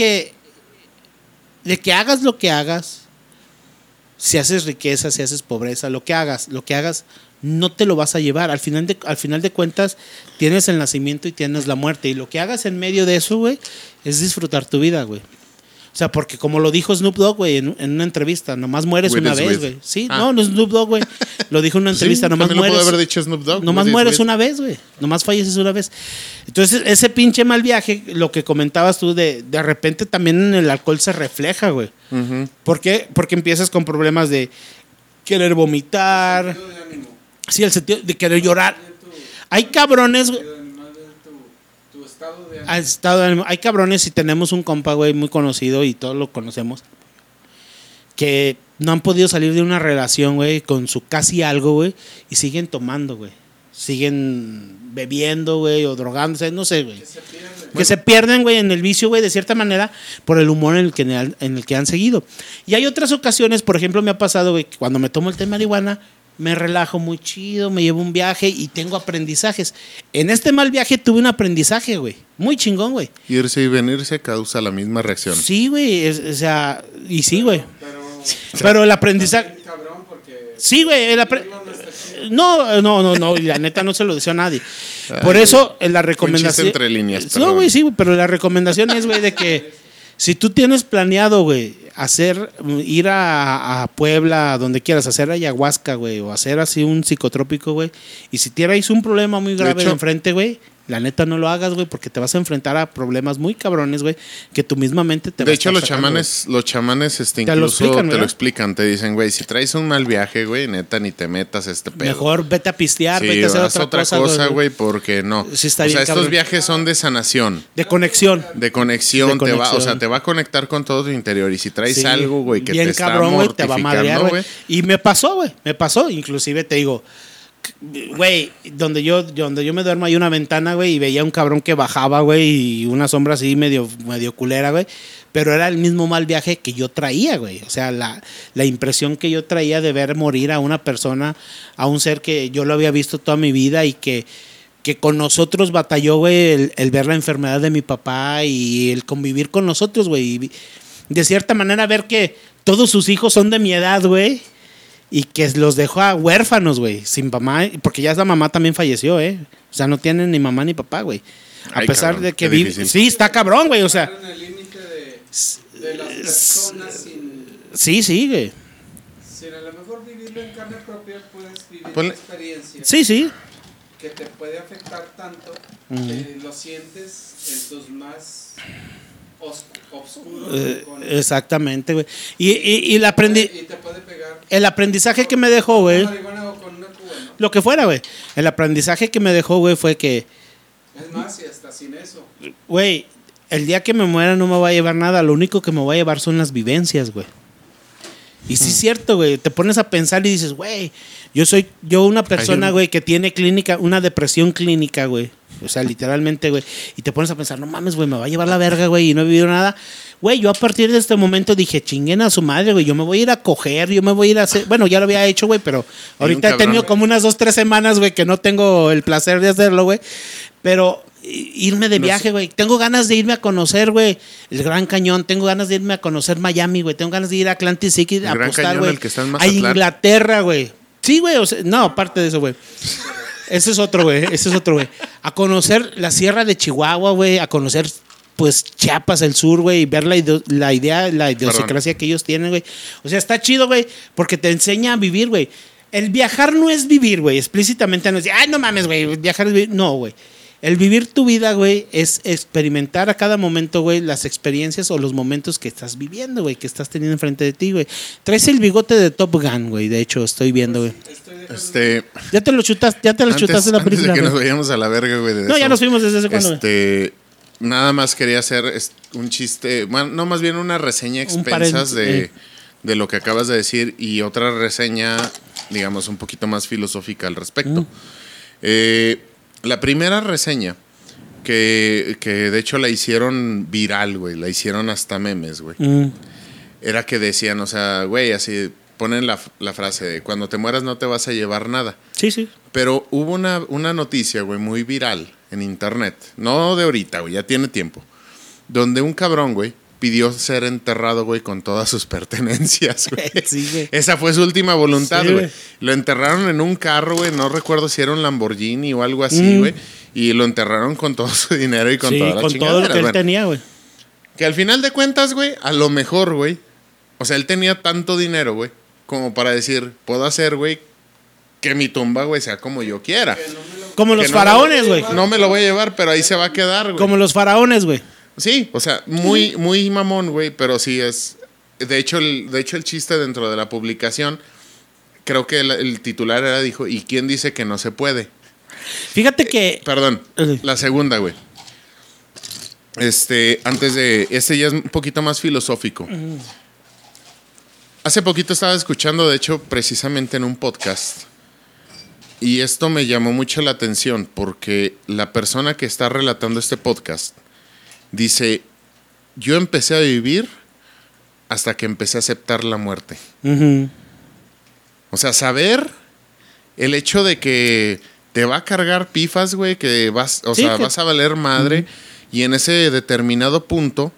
de que hagas lo que hagas, si haces riqueza, si haces pobreza, lo que hagas, no te lo vas a llevar. Al final de cuentas, tienes el nacimiento y tienes la muerte. Y lo que hagas en medio de eso, güey, es disfrutar tu vida, güey. O sea, porque como lo dijo Snoop Dogg, güey, en una entrevista, nomás mueres una vez, güey. Sí, no Snoop Dogg, güey. Lo dijo en una entrevista, sí, nomás mueres. Lo puede haber dicho Snoop Dogg. Nomás mueres una vez, güey. Nomás falleces una vez. Entonces, ese pinche mal viaje, lo que comentabas tú, de repente también en el alcohol se refleja, güey. Uh-huh. ¿Por qué? Porque empiezas con problemas de querer vomitar. Sí, el sentido de querer llorar. Hay cabrones, güey. Estado de ánimo. Hay cabrones, y tenemos un compa, güey, muy conocido, y todos lo conocemos, que no han podido salir de una relación, güey, con su casi algo, güey, y siguen tomando, güey. Siguen bebiendo, güey, o drogándose, no sé, güey. Que se pierden, güey, en el vicio, güey, de cierta manera, por el humor en el que han seguido. Y hay otras ocasiones, por ejemplo, me ha pasado, güey, que cuando me tomo el té de marihuana, me relajo muy chido, me llevo un viaje y tengo aprendizajes. En este mal viaje tuve un aprendizaje, güey. Muy chingón, güey. Irse y venirse causa la misma reacción. Sí, güey. O sea, y sí, güey. Pero el aprendizaje... Sí, güey. No. La neta no se lo deseo a nadie. Por eso, la recomendación... Un chiste entre líneas, perdón. No, güey, sí, pero la recomendación es, güey, de que si tú tienes planeado, güey, ir a Puebla, donde quieras, hacer ayahuasca, güey, o hacer así un psicotrópico, güey, y si tienes un problema muy grave de enfrente, güey, la neta no lo hagas, güey, porque te vas a enfrentar a problemas muy cabrones, güey, que tú misma mente te vas a... De hecho, los chamanes incluso te lo explican, te dicen, güey, si traes un mal viaje, güey, neta, ni te metas este pedo. Mejor vete a pistear, sí, vete a hacer otra cosa, güey, porque no. Sí, está bien, o sea, estos viajes son de sanación. De conexión. Te va a conectar con todo tu interior. Y si traes algo, güey, que bien te cabrón, está güey, te va a madrear, güey. Y me pasó, inclusive te digo, güey, donde yo me duermo hay una ventana, güey, y veía un cabrón que bajaba, güey, y una sombra así medio culera, güey, pero era el mismo mal viaje que yo traía, güey. O sea, la impresión que yo traía de ver morir a una persona, a un ser que yo lo había visto toda mi vida y que con nosotros batalló, güey, el ver la enfermedad de mi papá y el convivir con nosotros, güey. Y de cierta manera ver que todos sus hijos son de mi edad, güey. Y que los dejó a huérfanos, güey, sin mamá, porque ya la mamá también falleció, O sea, no tienen ni mamá ni papá, güey. A pesar cabrón, de que vive. Sí, está cabrón, güey, o sea. En el límite de las personas sin. Sí, güey. Sin a lo mejor vivirlo en carne propia, puedes vivir una experiencia. Sí. Que te puede afectar tanto que lo sientes en tus más oscuros. Exactamente, güey. Y y te puede pegar. El aprendizaje que me dejó, güey. Con marihuana o con una cubana. Lo que fuera, güey. El aprendizaje que me dejó, güey, fue que. Es más, y hasta sin eso. Güey, el día que me muera no me va a llevar nada. Lo único que me va a llevar son las vivencias, güey. Y sí es cierto, güey. Te pones a pensar y dices, güey, yo una persona, güey, que tiene una depresión clínica, güey. O sea, literalmente, güey. Y te pones a pensar, no mames, güey, me va a llevar la verga, güey, y no he vivido nada. Güey, yo a partir de este momento dije, chinguen a su madre, güey, yo me voy a ir a coger, yo me voy a ir a hacer... Bueno, ya lo había hecho, güey, pero ahorita he tenido como unas 2-3 semanas, güey, que no tengo el placer de hacerlo, güey. Pero irme de viaje, güey. Tengo ganas de irme a conocer, güey, el Gran Cañón. Tengo ganas de irme a conocer Miami, güey. Tengo ganas de ir a Atlantic City a apostar, güey. A Inglaterra, güey. Sí, güey. O sea, no, aparte de eso, güey. Ese es otro, güey. A conocer la Sierra de Chihuahua, güey. A conocer, pues, Chiapas, el sur, güey. Y ver la idiosincrasia que ellos tienen, güey. O sea, está chido, güey. Porque te enseña a vivir, güey. El viajar no es vivir, güey. Explícitamente no es decir, ay, no mames, güey. Viajar es vivir. No, güey. El vivir tu vida, güey, es experimentar a cada momento, güey, las experiencias o los momentos que estás viviendo, güey, que estás teniendo enfrente de ti, güey. Traes el bigote de Top Gun, güey, de hecho, estoy viendo, güey. Ya te lo chutaste en la película. Antes de que nos vayamos a la verga, güey. No, ya nos fuimos desde ese cuando, güey. Nada más quería hacer un chiste, bueno, no, más bien una reseña expensas de lo que acabas de decir y otra reseña, digamos, un poquito más filosófica al respecto. La primera reseña, que de hecho la hicieron viral, güey, la hicieron hasta memes, güey. Era que decían, o sea, güey, así ponen la frase de cuando te mueras no te vas a llevar nada. Sí, sí. Pero hubo una noticia, güey, muy viral en internet, no de ahorita, güey, ya tiene tiempo, donde un cabrón, güey, pidió ser enterrado, güey, con todas sus pertenencias, güey. Sí, güey. Esa fue su última voluntad, sí, güey. Lo enterraron en un carro, güey. No recuerdo si era un Lamborghini o algo así, güey. Y lo enterraron con todo su dinero y con toda la chingadera. Todo lo que él tenía, güey. Que al final de cuentas, güey, a lo mejor, güey. O sea, él tenía tanto dinero, güey, como para decir, puedo hacer, güey, que mi tumba, güey, sea como yo quiera. Como los faraones, güey. No me lo voy a llevar, pero ahí se va a quedar, güey. Como los faraones, güey. Sí, o sea, muy mamón, güey, pero sí es... De hecho, el chiste dentro de la publicación, creo que el titular dijo, ¿y quién dice que no se puede? Fíjate que... Perdón, la segunda, güey. Antes de... ya es un poquito más filosófico. Hace poquito estaba escuchando, de hecho, precisamente en un podcast, y esto me llamó mucho la atención, porque la persona que está relatando este podcast dice, yo empecé a vivir hasta que empecé a aceptar la muerte. O sea, saber el hecho de que te va a cargar pifas, güey, que vas a valer madre, y en ese determinado punto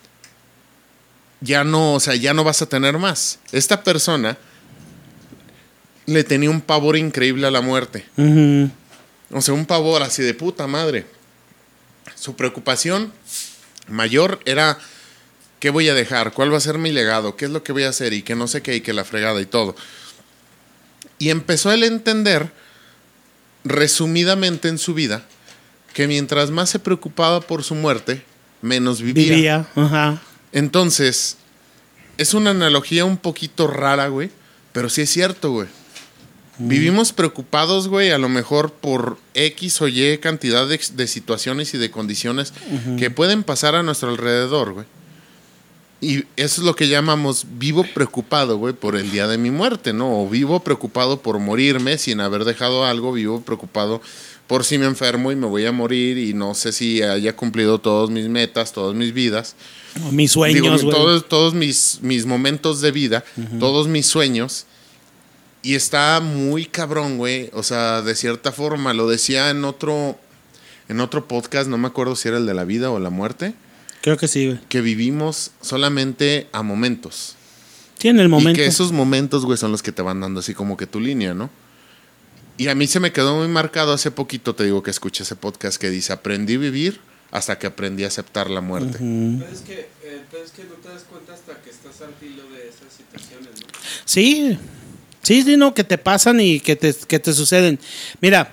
ya no vas a tener más. Esta persona le tenía un pavor increíble a la muerte. O sea, un pavor así de puta madre. Su preocupación mayor era ¿qué voy a dejar? ¿Cuál va a ser mi legado? ¿Qué es lo que voy a hacer? Y que no sé qué, y que la fregada y todo. Y empezó él a entender, resumidamente en su vida, que mientras más se preocupaba por su muerte, menos vivía. Entonces, es una analogía un poquito rara, güey, pero sí es cierto, güey. Vivimos preocupados, güey, a lo mejor por X o Y cantidad de situaciones y de condiciones que pueden pasar a nuestro alrededor, güey. Y eso es lo que llamamos vivo preocupado, güey, por el día de mi muerte, ¿no? O vivo preocupado por morirme sin haber dejado algo, vivo preocupado por si me enfermo y me voy a morir y no sé si haya cumplido todas mis metas, todas mis vidas. Mis sueños, güey. Todos mis momentos de vida, todos mis sueños. Y está muy cabrón, güey. O sea, de cierta forma, lo decía en otro podcast, no me acuerdo si era el de la vida o la muerte. Creo que sí, güey. Que vivimos solamente a momentos. Sí, en el momento. Y que esos momentos, güey, son los que te van dando así como que tu línea, ¿no? Y a mí se me quedó muy marcado hace poquito, te digo, que escuché ese podcast que dice, aprendí a vivir hasta que aprendí a aceptar la muerte. Pero es que no te das cuenta hasta que estás al filo de esas situaciones, ¿no? Sí. Sí, no, que te pasan y que te suceden. Mira,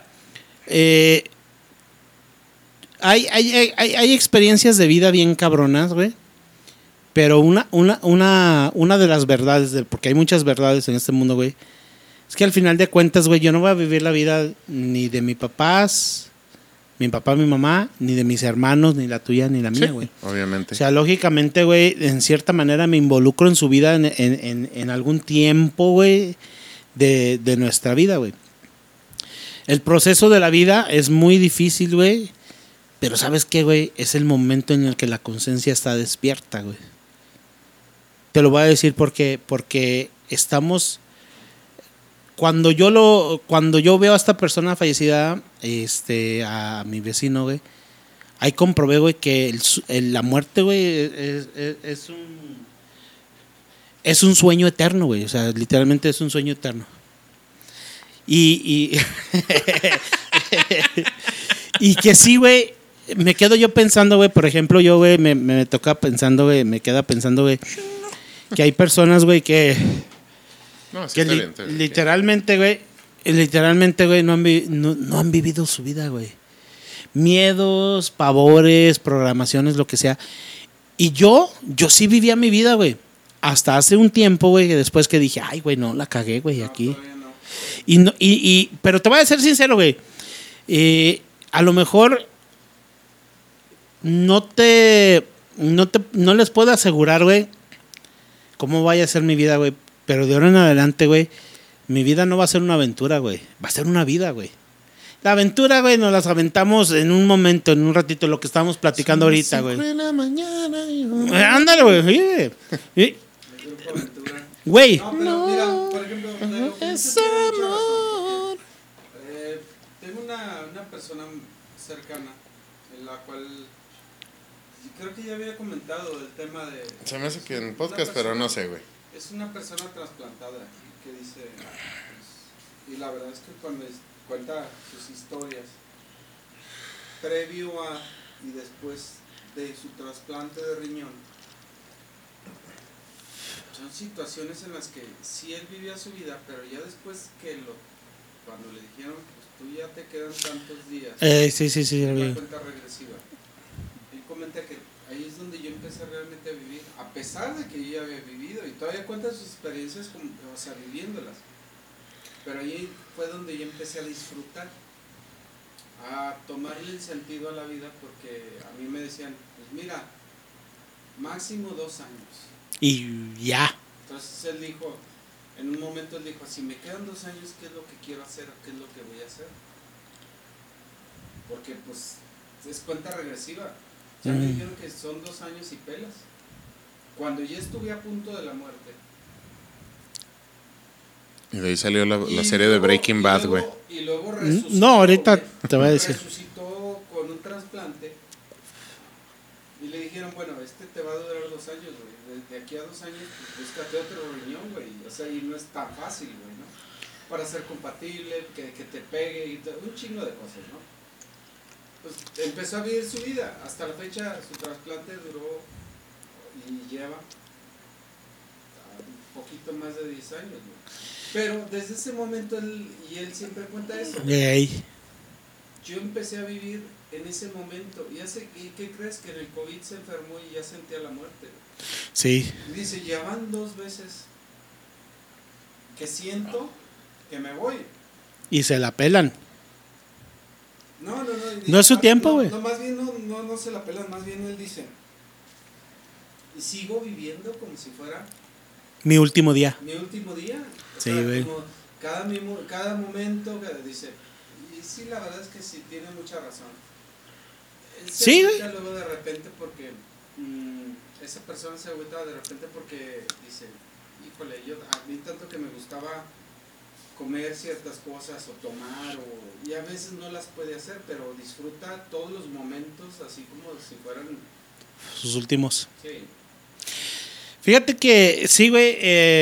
hay experiencias de vida bien cabronas, güey. Pero una de las verdades, porque hay muchas verdades en este mundo, güey, es que al final de cuentas, güey, yo no voy a vivir la vida ni de mis papás, mi papá, mi mamá, ni de mis hermanos, ni la tuya, ni la mía, güey. Obviamente. O sea, lógicamente, güey, en cierta manera me involucro en su vida en algún tiempo, güey, de nuestra vida, güey. El proceso de la vida es muy difícil, güey, pero ¿sabes qué, güey? Es el momento en el que la conciencia está despierta, güey. Te lo voy a decir porque estamos... Cuando yo veo a esta persona fallecida, a mi vecino, güey, ahí comprobé, güey, que la muerte, güey, es un sueño eterno, güey. O sea, literalmente es un sueño eterno. Y que sí, güey, me quedo yo pensando, güey, por ejemplo, yo, güey, me toca pensando, güey, me queda pensando, güey, que hay personas, güey, que literalmente, güey, no han vivido su vida, güey. Miedos, pavores, programaciones, lo que sea. Y yo sí vivía mi vida, güey. Hasta hace un tiempo, güey, después que dije, ay, güey, no, la cagué, güey, aquí. No. Pero te voy a ser sincero, güey. A lo mejor no les puedo asegurar, güey, cómo vaya a ser mi vida, güey. Pero de ahora en adelante, güey, mi vida no va a ser una aventura, güey. Va a ser una vida, güey. La aventura, güey, nos las aventamos en un momento, en un ratito, lo que estábamos platicando ahorita, güey. Ándale, güey. Güey. No, pero mira, por ejemplo, es amor. Tengo una persona cercana en la cual creo que ya había comentado el tema de... Se me hace que en podcast, pero no sé, güey. Es una persona trasplantada que dice, pues, y la verdad es que cuando cuenta sus historias, previo a y después de su trasplante de riñón, son situaciones en las que sí él vivía su vida, pero ya después cuando le dijeron, pues tú ya te quedan tantos días, sí, una cuenta regresiva. Él comenta que ahí es donde yo empecé realmente a vivir, a pesar de que yo ya había vivido, y todavía cuenta sus experiencias, o sea, viviéndolas. Pero ahí fue donde yo empecé a disfrutar, a tomarle el sentido a la vida, porque a mí me decían, pues mira, máximo 2 años. Y ya. Entonces él dijo, en un momento él dijo, si me quedan 2 años, ¿qué es lo que quiero hacer? ¿Qué es lo que voy a hacer? Porque pues es cuenta regresiva. Ya me dijeron que son 2 años y pelas. Cuando ya estuve a punto de la muerte. Y de ahí salió la serie de Breaking Bad, güey. Y luego resucitó. No, ahorita te voy a decir. Resucitó con un trasplante. Y le dijeron, bueno, te va a durar 2 años, güey. De aquí a 2 años, pues búscate otro riñón, güey. O sea, y no es tan fácil, güey, ¿no? Para ser compatible, que te pegue y todo, un chingo de cosas, ¿no? Pues empezó a vivir su vida. Hasta la fecha, su trasplante duró y lleva un poquito más de 10 años, güey. Pero desde ese momento, él siempre cuenta eso. Yo empecé a vivir en ese momento. ¿Y qué crees? Que en el COVID se enfermó y ya sentía la muerte. Sí. Y dice, ya van 2 veces que siento que me voy. Y se la pelan. No. No es su tiempo, güey. No, más bien no se la pelan. Más bien él dice, y sigo viviendo como si fuera mi último día. Mi último día. Sí, güey. Cada momento que dice, y sí, la verdad es que sí tiene mucha razón. Él se agüita luego de repente porque esa persona se agüita de repente porque dice, híjole, a mí tanto que me gustaba comer ciertas cosas o tomar y a veces no las puede hacer, pero disfruta todos los momentos así como si fueran sus últimos. Sí. Fíjate que sí, güey.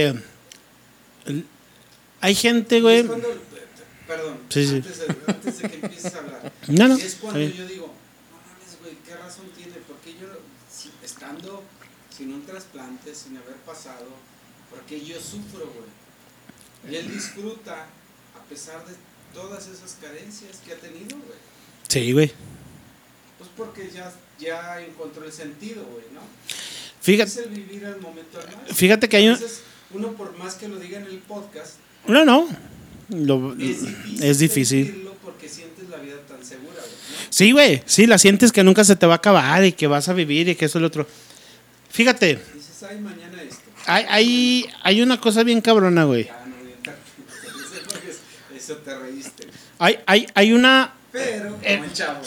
Hay gente, güey. Perdón, sí. Antes de que empieces a hablar. No. Es cuando yo digo, no mames, güey, ¿qué razón tiene? Porque yo, estando sin un trasplante, sin haber pasado, porque yo sufro, güey. Y él disfruta a pesar de todas esas carencias que ha tenido, güey. Sí, güey. Pues porque ya encontró el sentido, güey, ¿no? Fíjate, es el vivir al momento además. Fíjate que hay uno por más que lo diga en el podcast, no. Es difícil. Sentirlo porque sientes la vida tan segura, güey, ¿no? Sí, güey, sí, la sientes que nunca se te va a acabar y que vas a vivir y que eso es lo otro. Fíjate. Dices, ay, mañana esto. Hay una cosa bien cabrona, güey. Eso te reíste. Hay una... Pero, como el chavo.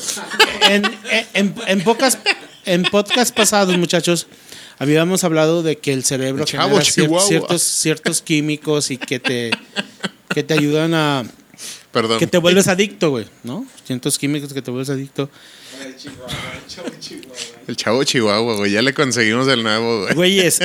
En podcast pasados, muchachos, habíamos hablado de que el cerebro genera ciertos químicos y que te ayudan a... Perdón. Que te vuelves adicto, güey, ¿no? Ciertos químicos que te vuelves adicto. El chavo Chihuahua, güey. Ya le conseguimos el nuevo, güey. Güeyes,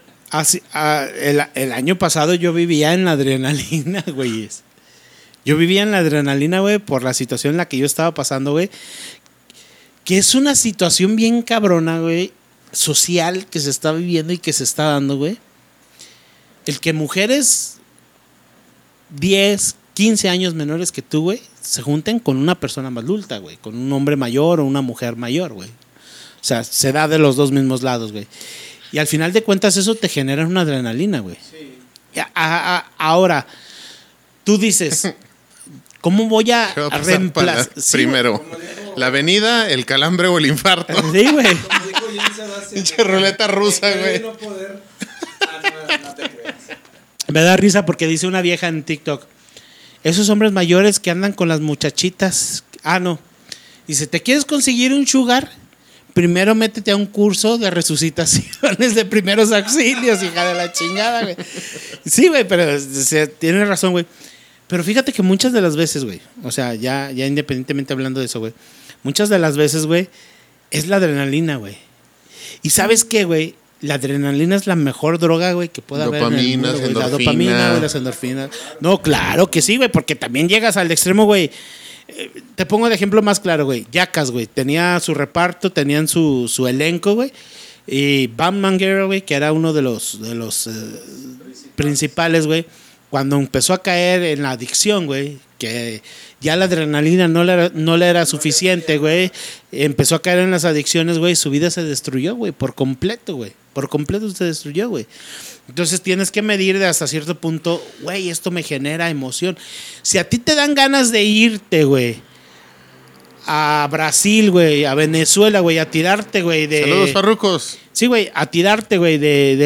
el año pasado yo vivía en la adrenalina, güeyes. Yo vivía en la adrenalina, güey, por la situación en la que yo estaba pasando, güey. Que es una situación bien cabrona, güey, social que se está viviendo y que se está dando, güey. El que mujeres 10, 15 años menores que tú, güey, se junten con una persona más adulta, güey. Con un hombre mayor o una mujer mayor, güey. O sea, se da de los dos mismos lados, güey. Y al final de cuentas eso te genera una adrenalina, güey. Sí. Ahora, tú dices... ¿Cómo voy a reemplazar? Primero, la avenida, el calambre o el infarto. Sí, güey. Como dijo Jens Sebastián. Pinche ruleta rusa, güey. No poder. No te creas. Me da risa porque dice una vieja en TikTok: esos hombres mayores que andan con las muchachitas. No. Dice: ¿te quieres conseguir un sugar? Primero métete a un curso de resucitaciones de primeros auxilios, hija de la chingada, güey. Sí, güey, pero tienes razón, güey. Pero fíjate que muchas de las veces, güey, o sea, ya independientemente hablando de eso, güey, muchas de las veces, güey, es la adrenalina, güey. ¿Y sabes qué, güey? La adrenalina es la mejor droga, güey, que pueda haber en el mundo, güey. La dopamina, güey, las endorfinas. No, claro que sí, güey, porque también llegas al extremo, güey. Te pongo de ejemplo más claro, güey. Jackass, güey, tenía su reparto, tenían su elenco, güey. Y Bam Margera, güey, que era uno de los principales, güey. Cuando empezó a caer en la adicción, güey, que ya la adrenalina no le era suficiente, güey, empezó a caer en las adicciones, güey, su vida se destruyó, güey, por completo, güey. Por completo se destruyó, güey. Entonces tienes que medir de hasta cierto punto, güey, esto me genera emoción. Si a ti te dan ganas de irte, güey, a Brasil, güey, a Venezuela, güey, a tirarte, güey, de... Saludos, farrucos. Sí, güey, a tirarte, güey,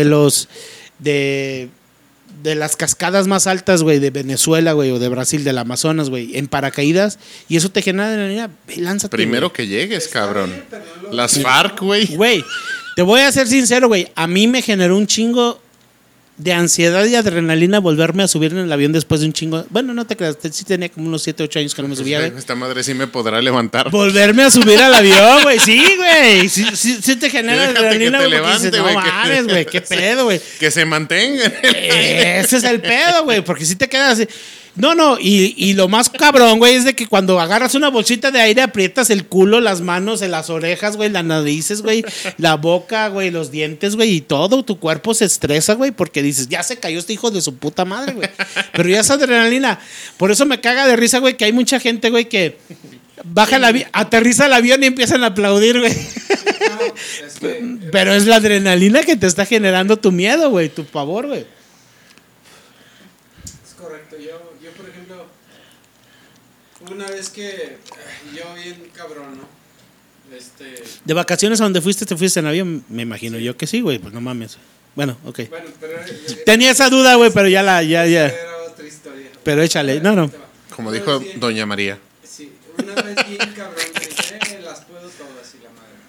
de las cascadas más altas, güey, de Venezuela, güey, o de Brasil, del Amazonas, güey, en paracaídas, y eso te genera adrenalina, lánzate. Primero, güey, que llegues, cabrón. Las FARC, güey. Güey, te voy a ser sincero, güey, a mí me generó un chingo de ansiedad y adrenalina volverme a subir en el avión después de un chingo. Bueno, no te creas, sí tenía como unos 7, 8 años que no me subía, güey. Esta madre sí me podrá levantar. Volverme a subir al avión, güey. Sí, güey. Sí te genera adrenalina, güey. No mames, güey. ¿Qué pedo, güey? Que se mantenga. Ese es el pedo, güey. Porque si te quedas así. No. Y lo más cabrón, güey, es de que cuando agarras una bolsita de aire, aprietas el culo, las manos, las orejas, güey, las narices, güey, la boca, güey, los dientes, güey, y todo. Tu cuerpo se estresa, güey, porque dices, ya se cayó este hijo de su puta madre, güey. Pero ya es adrenalina. Por eso me caga de risa, güey, que hay mucha gente, güey, que aterriza el avión y empiezan a aplaudir, güey. Pero es la adrenalina que te está generando tu miedo, güey, tu pavor, güey. Una vez que yo bien cabrón, ¿no? ¿De vacaciones a donde fuiste, te fuiste en avión? Me imagino yo que sí, güey, pues no mames. Bueno, ok. Bueno, pero tenía esa duda, güey, pero ya. Era otra historia. Pero échale, no. Como dijo Doña María. Sí, una vez bien cabrón, dije, las puedo todas y la madre.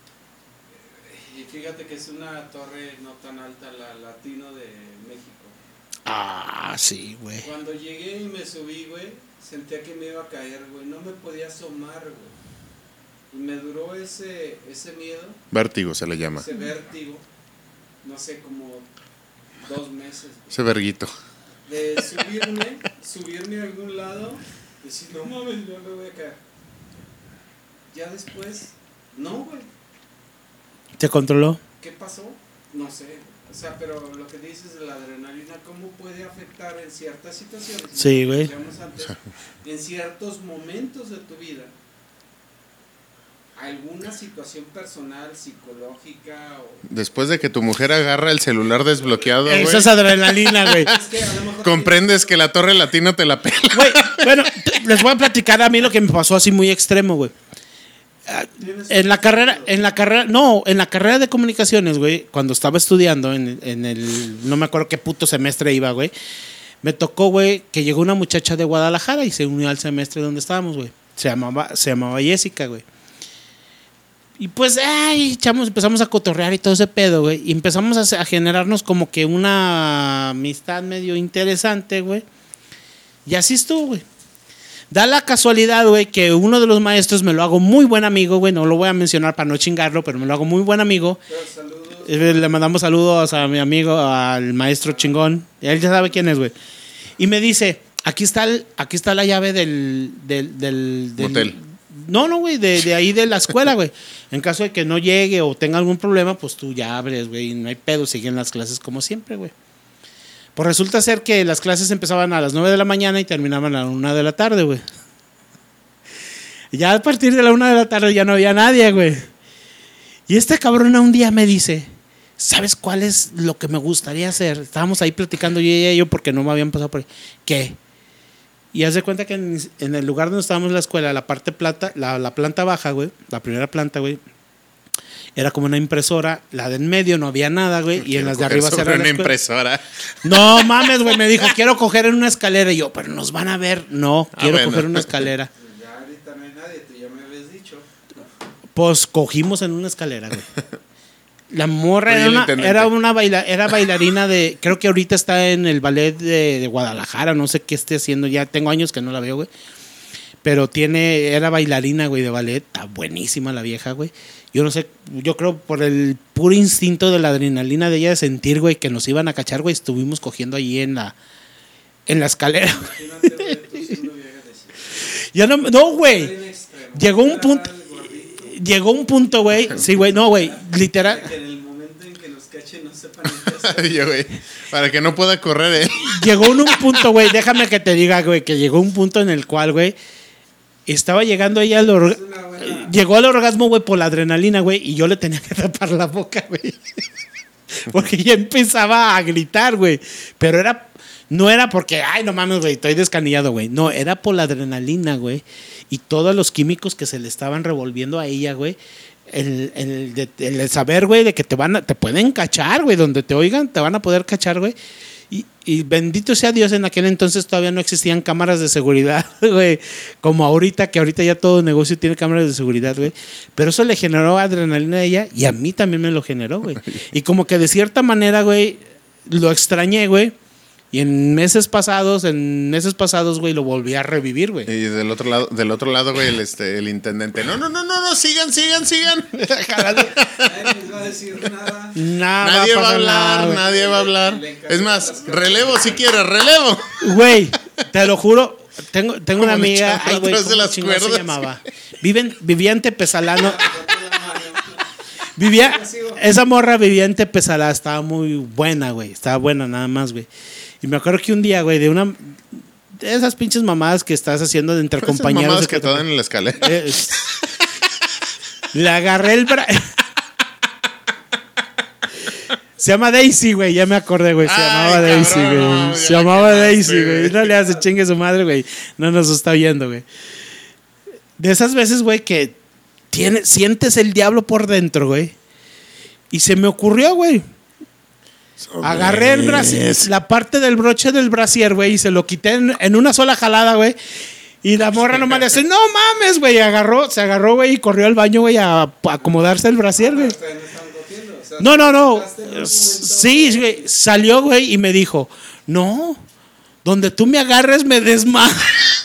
Y fíjate que es una torre no tan alta, la Latino de México. Sí, güey. Cuando llegué y me subí, güey, sentía que me iba a caer, güey. No me podía asomar, güey. Y me duró ese miedo. Vértigo se le llama. Ese vértigo. No sé, como 2 meses. Güey. Ese verguito. De subirme a algún lado y decir, no mames, yo me voy a caer. Ya después, no, güey. ¿Te controló? ¿Qué pasó? No sé. O sea, pero lo que dices de la adrenalina, ¿cómo puede afectar en ciertas situaciones? Sí, güey. Antes, en ciertos momentos de tu vida, alguna situación personal, psicológica o... Después de que tu mujer agarra el celular desbloqueado, güey. Eso es adrenalina, güey. Es que a lo mejor Comprendes que la Torre Latina te la pela. Güey, bueno, les voy a platicar a mí lo que me pasó así muy extremo, güey. En la carrera de comunicaciones, güey, cuando estaba estudiando en el, no me acuerdo qué puto semestre iba, güey, me tocó, güey, que llegó una muchacha de Guadalajara y se unió al semestre donde estábamos, güey. Se llamaba Jessica, güey. Y pues, empezamos a cotorrear y todo ese pedo, güey. Y empezamos a generarnos como que una amistad medio interesante, güey. Y así estuvo, güey. Da la casualidad, güey, que uno de los maestros me lo hago muy buen amigo, güey. No lo voy a mencionar para no chingarlo, pero me lo hago muy buen amigo. Le mandamos saludos a mi amigo, al maestro chingón. Él ya sabe quién es, güey. Y me dice, aquí está la llave del hotel. No, güey, de ahí de la escuela, güey. En caso de que no llegue o tenga algún problema, pues tú ya abres, güey. No hay pedo, siguen las clases como siempre, güey. Pues resulta ser que las clases empezaban a las 9 de la mañana y terminaban a la 1 de la tarde, güey. Y ya a partir de la 1 de la tarde ya no había nadie, güey. Y esta cabrona un día me dice, ¿sabes cuál es lo que me gustaría hacer? Estábamos ahí platicando ella y yo porque no me habían pasado por ahí. ¿Qué? Y haz de cuenta que en el lugar donde estábamos en la escuela, la parte plata, la planta baja, güey, la primera planta, güey, era como una impresora. La de en medio no había nada, güey, y en las de arriba era una impresora. No mames, güey, me dijo, quiero coger en una escalera. Y yo, pero nos van a ver. No, quiero coger una escalera. Ya ahorita no hay nadie, tú ya me habías dicho. Pues cogimos en una escalera, güey. La morra era bailarina de, creo que ahorita está en el ballet de Guadalajara, no sé qué esté haciendo, ya tengo años que no la veo, güey. Pero era bailarina, güey, de ballet, está buenísima la vieja, güey. Yo no sé, yo creo por el puro instinto de la adrenalina de ella de sentir, güey, que nos iban a cachar, güey, estuvimos cogiendo allí en la escalera. Ya no, güey. Llegó un punto, güey. Sí, güey, no, güey, literal. Para que en el momento en que nos cachen no sepan ni qué hacer. Güey, para que no pueda correr, Llegó un punto, güey, déjame que te diga, güey, que llegó un punto en el cual, güey, estaba llegando ella llegó al orgasmo, güey, por la adrenalina, güey, y yo le tenía que tapar la boca, güey. Porque ya empezaba a gritar, güey. Pero no era porque, ay, no mames, güey, estoy descanillado, güey. No, era por la adrenalina, güey. Y todos los químicos que se le estaban revolviendo a ella, güey. El saber, güey, de que te pueden cachar, güey. Donde te oigan, te van a poder cachar, güey. Y bendito sea Dios, en aquel entonces todavía no existían cámaras de seguridad, güey. Como ahorita, que ahorita ya todo negocio tiene cámaras de seguridad, güey. Pero eso le generó adrenalina a ella y a mí también me lo generó, güey. Y como que de cierta manera, güey, lo extrañé, güey. Y en meses pasados, güey, lo volví a revivir, güey. Y del otro lado, güey, el intendente. No, sigan. Nadie les va a decir nada. Nadie va a hablar. Es más, relevo si quieres, relevo. Güey, te lo juro, tengo una amiga, ay, güey, ¿cómo chingón se llamaba? Vivía en Tepezalá, esa morra vivía en Tepezalá, estaba muy buena, güey, estaba buena nada más, güey. Y me acuerdo que un día, güey, de esas pinches mamadas que estás haciendo de entre compañeros. Mamadas que te dan en la escalera. Le agarré el brazo. Se llama Daisy, güey, ya me acordé, güey. Se llamaba Daisy, güey. Se llamaba Daisy, güey. No le hace chingue su madre, güey. No nos está oyendo, güey. De esas veces, güey, que sientes el diablo por dentro, güey. Y se me ocurrió, güey. Agarré el brasier, la parte del broche del brasier, güey, y se lo quité en una sola jalada, güey. Y la morra nomás le hace, no mames, güey. Se agarró, güey, y corrió al baño, güey, a acomodarse el brasier, güey. No. Sí, güey. Salió, güey, y me dijo, no, donde tú me agarres me desmayas.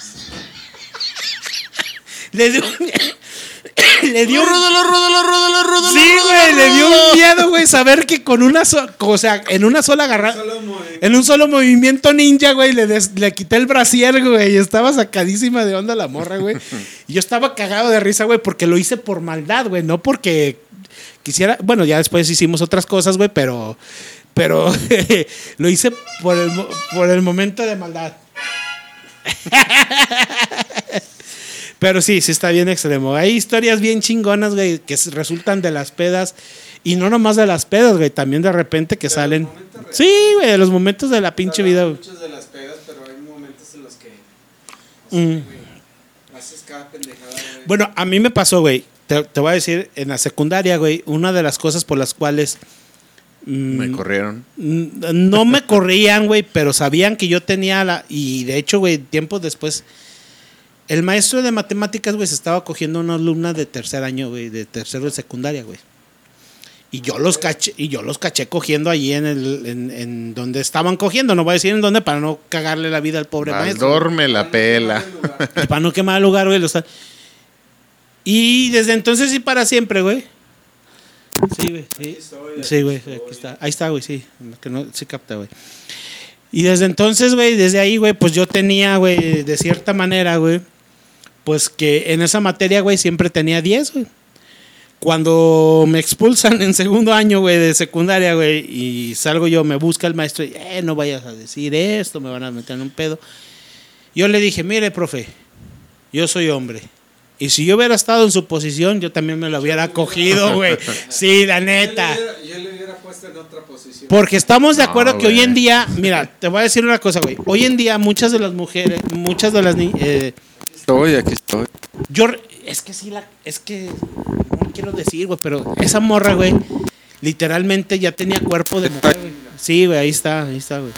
Le dio Ródalo. Sí, güey, le dio un miedo, güey, saber que con en una sola agarrada, en un solo movimiento ninja, güey, le quité el brasier, güey, y estaba sacadísima de onda la morra, güey. Y yo estaba cagado de risa, güey, porque lo hice por maldad, güey, no porque quisiera, bueno, ya después hicimos otras cosas, güey, pero lo hice por el momento de maldad. Pero sí está bien extremo. Hay historias bien chingonas, güey, que resultan de las pedas. Y no nomás de las pedas, güey. También de repente que salen. Sí, güey, de los momentos de la pinche vida, güey. Muchos de las pedas, pero hay momentos en los que. O sea, güey, haces cada pendejada, güey. Bueno, a mí me pasó, güey. Te voy a decir, en la secundaria, güey, una de las cosas por las cuales. Me corrieron. No me corrían, güey, pero sabían que yo tenía y de hecho, güey, tiempos después, el maestro de matemáticas, güey, se estaba cogiendo una alumna de tercer año, güey, de tercero de secundaria, güey. Y yo los caché cogiendo allí en donde estaban cogiendo, no voy a decir en dónde para no cagarle la vida al pobre maestro. Dorme la pela. Y para no quemar el lugar, güey. Y desde entonces y para siempre, güey. Sí, güey. Sí, güey. Aquí está. Ahí está, güey, sí. Que no se capta, güey. Y desde entonces, güey, desde ahí, güey, pues yo tenía, güey, de cierta manera, güey, pues que en esa materia, güey, siempre tenía 10, güey. Cuando me expulsan en segundo año, güey, de secundaria, güey, y salgo yo, me busca el maestro y, no vayas a decir esto, me van a meter en un pedo. Yo le dije, mire, profe, yo soy hombre. Y si yo hubiera estado en su posición, yo también me lo hubiera cogido, güey. Sí, la neta. Yo le hubiera puesto en otra posición. Porque estamos de acuerdo que hoy en día, mira, te voy a decir una cosa, güey. Hoy en día muchas de las mujeres, muchas de las niñas... Aquí estoy. Es que no quiero decir, güey, pero esa morra, güey, literalmente ya tenía cuerpo de mujer, güey. Sí, güey, ahí está, güey.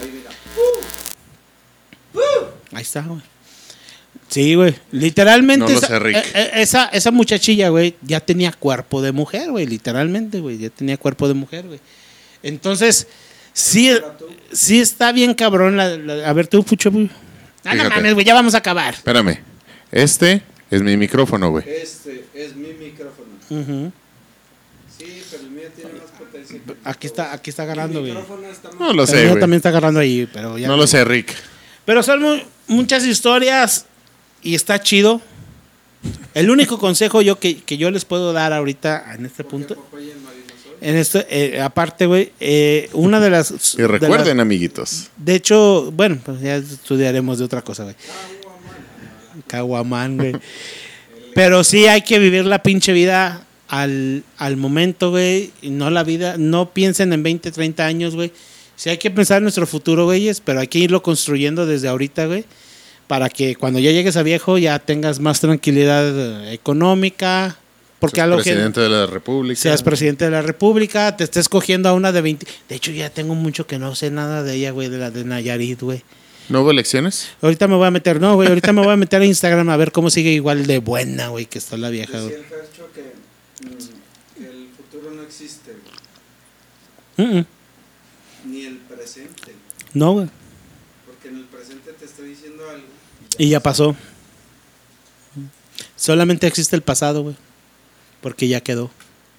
Ahí está, güey. Sí, güey. Literalmente no lo sé, Rick. Esa muchachilla, güey, ya tenía cuerpo de mujer, güey, literalmente, güey, ya tenía cuerpo de mujer, güey. Entonces, sí está bien cabrón a ver tú, Pucho, güey. No mames, güey, ya vamos a acabar. Espérame. Este es mi micrófono, güey. Este es mi micrófono. Uh-huh. Sí, pero el mío tiene más potencia. Aquí está agarrando, güey. No lo sé, güey. El mío güey. también está agarrando ahí, pero ya. No lo sé, Rick. Pero son muchas historias y está chido. El único consejo que yo les puedo dar ahorita en este punto. En esto, aparte, güey, una de las. Y recuerden, amiguitos. De hecho, bueno, pues ya estudiaremos de otra cosa, güey. Caguamán, güey. Pero sí hay que vivir la pinche vida al momento, güey. Y no la vida. No piensen en 20, 30 años, güey. Sí hay que pensar en nuestro futuro, güeyes, pero hay que irlo construyendo desde ahorita, güey. Para que cuando ya llegues a viejo ya tengas más tranquilidad económica. Porque seas presidente de la República. Seas presidente de la República, te estés cogiendo a una de 20. De hecho, ya tengo mucho que no sé nada de ella, güey, de la de Nayarit, güey. ¿No hubo elecciones? Ahorita me voy a meter, no, güey, ahorita me voy a meter a Instagram a ver cómo sigue igual de buena, güey, que está la vieja, güey. Decía el Fercho que el futuro no existe, güey. Ni el presente. No, güey. Porque en el presente te estoy diciendo algo. Y ya pasó. Solamente existe el pasado, güey. Porque ya quedó.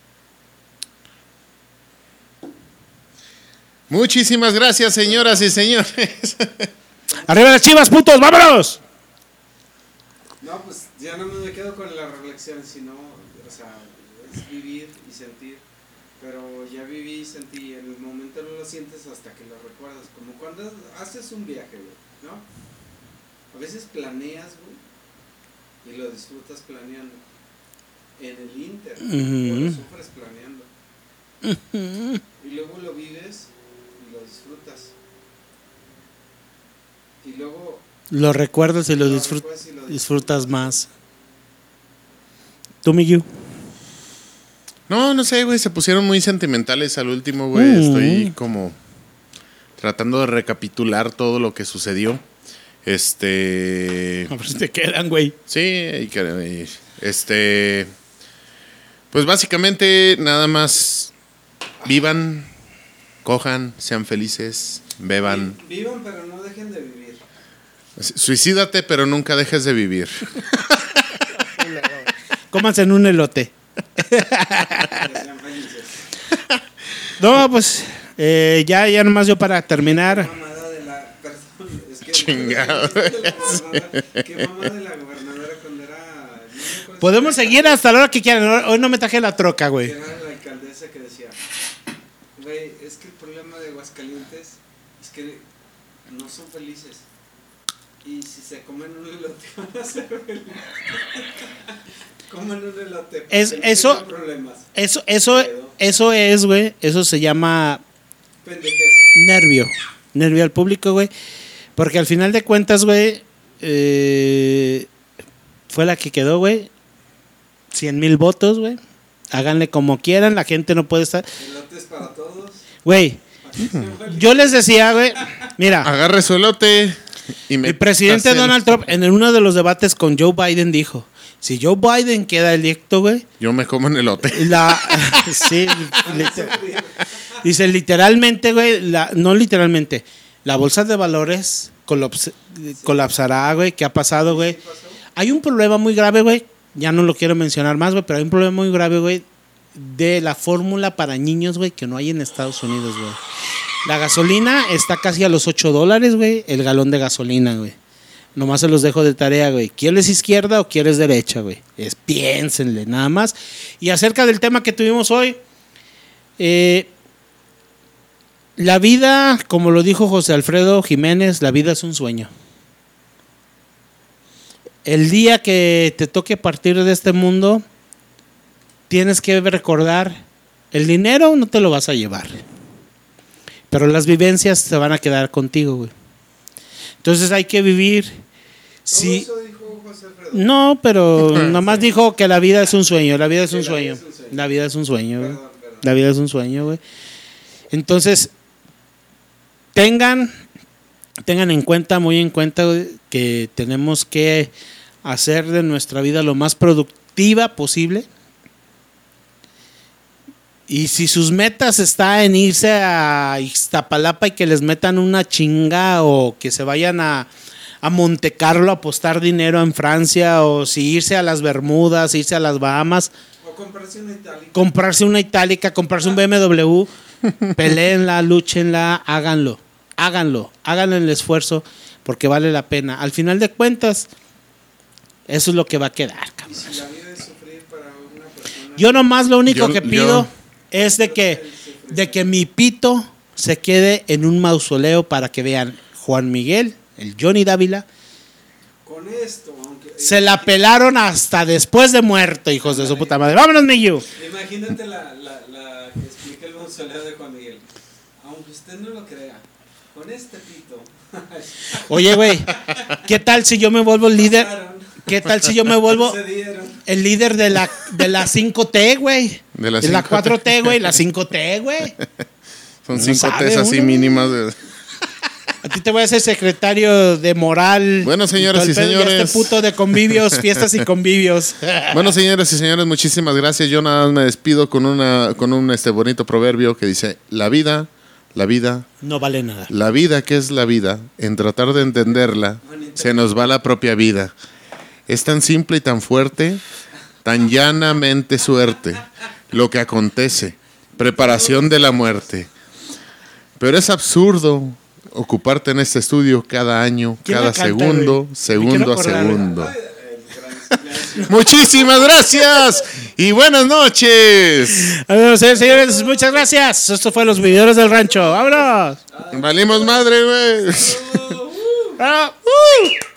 Muchísimas gracias, señoras y señores. ¡Arriba las Chivas, putos! ¡Vámonos! No, pues ya no me quedo con la reflexión, sino, o sea, es vivir y sentir. Pero ya viví y sentí, en el momento no lo sientes hasta que lo recuerdas. Como cuando haces un viaje, güey, ¿no? A veces planeas, güey, y lo disfrutas planeando. En el Inter, o lo sufres planeando. Y luego lo vives y lo disfrutas. Y luego lo recuerdas y lo disfrutas más. ¿Tú, Miguel? No sé, güey, se pusieron muy sentimentales al último, güey. Estoy como tratando de recapitular todo lo que sucedió. A ver si te quedan, güey. Sí, pues básicamente nada más vivan, cojan, sean felices, beban. Vivan, pero no dejen de vivir. Suicídate, pero nunca dejes de vivir. Cómanse en un elote. No, pues ya nomás yo para terminar. Chingado. Qué mamá de la gobernadora cuando era. Podemos seguir hasta la hora que quieran. Hoy no me traje la troca, güey. Era la alcaldesa que decía, güey, es que el problema de Aguascalientes es que no son felices. Y si se comen un elote, van a ser felices. Comen un elote. Eso es, güey. Eso se llama pendejez. Nervio al público, güey. Porque al final de cuentas, güey, fue la que quedó, güey. 100,000 votos, güey. Háganle como quieran, la gente no puede estar. Elotes para todos. Güey, yo les decía, güey, mira. Agarre su elote. El presidente Donald Trump en uno de los debates con Joe Biden dijo, si Joe Biden queda electo, güey. Yo me como en elote. Sí, dice literalmente, güey, no literalmente, la bolsa de valores colapsará, güey. ¿Qué ha pasado, güey? Hay un problema muy grave, güey. Ya no lo quiero mencionar más, güey, pero hay un problema muy grave, güey, de la fórmula para niños, güey, que no hay en Estados Unidos, güey. La gasolina está casi a los $8, güey, el galón de gasolina, güey. Nomás se los dejo de tarea, güey. ¿Quieres izquierda o quieres derecha, güey? Piénsenle, nada más. Y acerca del tema que tuvimos hoy, la vida, como lo dijo José Alfredo Jiménez, la vida es un sueño. El día que te toque partir de este mundo, tienes que recordar, el dinero no te lo vas a llevar, pero las vivencias se van a quedar contigo, güey. Entonces hay que vivir. Sí. ¿Eso dijo José Alfredo? No, pero nomás dijo que la vida es un sueño, la vida es un sueño. La vida es un sueño, güey. La vida es un sueño, güey. Entonces, tengan en cuenta, muy en cuenta, güey, que tenemos que hacer de nuestra vida lo más productiva posible. Y si sus metas está en irse a Iztapalapa y que les metan una chinga, o que se vayan a Monte Carlo a apostar dinero en Francia, o si irse a las Bermudas, irse a las Bahamas, o comprarse una itálica, comprarse un BMW, peléenla, lúchenla, háganlo, hagan el esfuerzo, porque vale la pena. Al final de cuentas, eso es lo que va a quedar, cabrón. ¿Y si la vida es sufrir para una persona? Yo nomás lo único que pido es de que mi pito se quede en un mausoleo para que vean Juan Miguel, el Johnny Dávila. Con esto, aunque se la pelaron hasta después de muerto, hijos de su puta madre. Vámonos, Miyu. Imagínate la que explica el mausoleo de Juan Miguel. Aunque usted no lo crea, con este pito. Oye, güey, ¿qué tal si yo me vuelvo el líder? ¿Qué tal si yo me vuelvo el líder de la 5T, güey? De la 4T, güey, la 5T, güey. Son 5T así mínimas. A ti te voy a hacer secretario de moral. Bueno, señoras y señores. Este puto de convivios, fiestas y convivios. Bueno, señoras y señores, muchísimas gracias. Yo nada más me despido con un bonito proverbio que dice: la vida no vale nada. La vida, ¿qué es la vida? En tratar de entenderla, se nos va la propia vida. Es tan simple y tan fuerte, tan llanamente suerte, lo que acontece, preparación de la muerte. Pero es absurdo ocuparte en este estudio cada año, cada segundo a segundo. Muchísimas gracias y buenas noches. Señores, muchas gracias. Esto fue Los Vividores del Rancho. ¡Vámonos! Valimos madre, güey.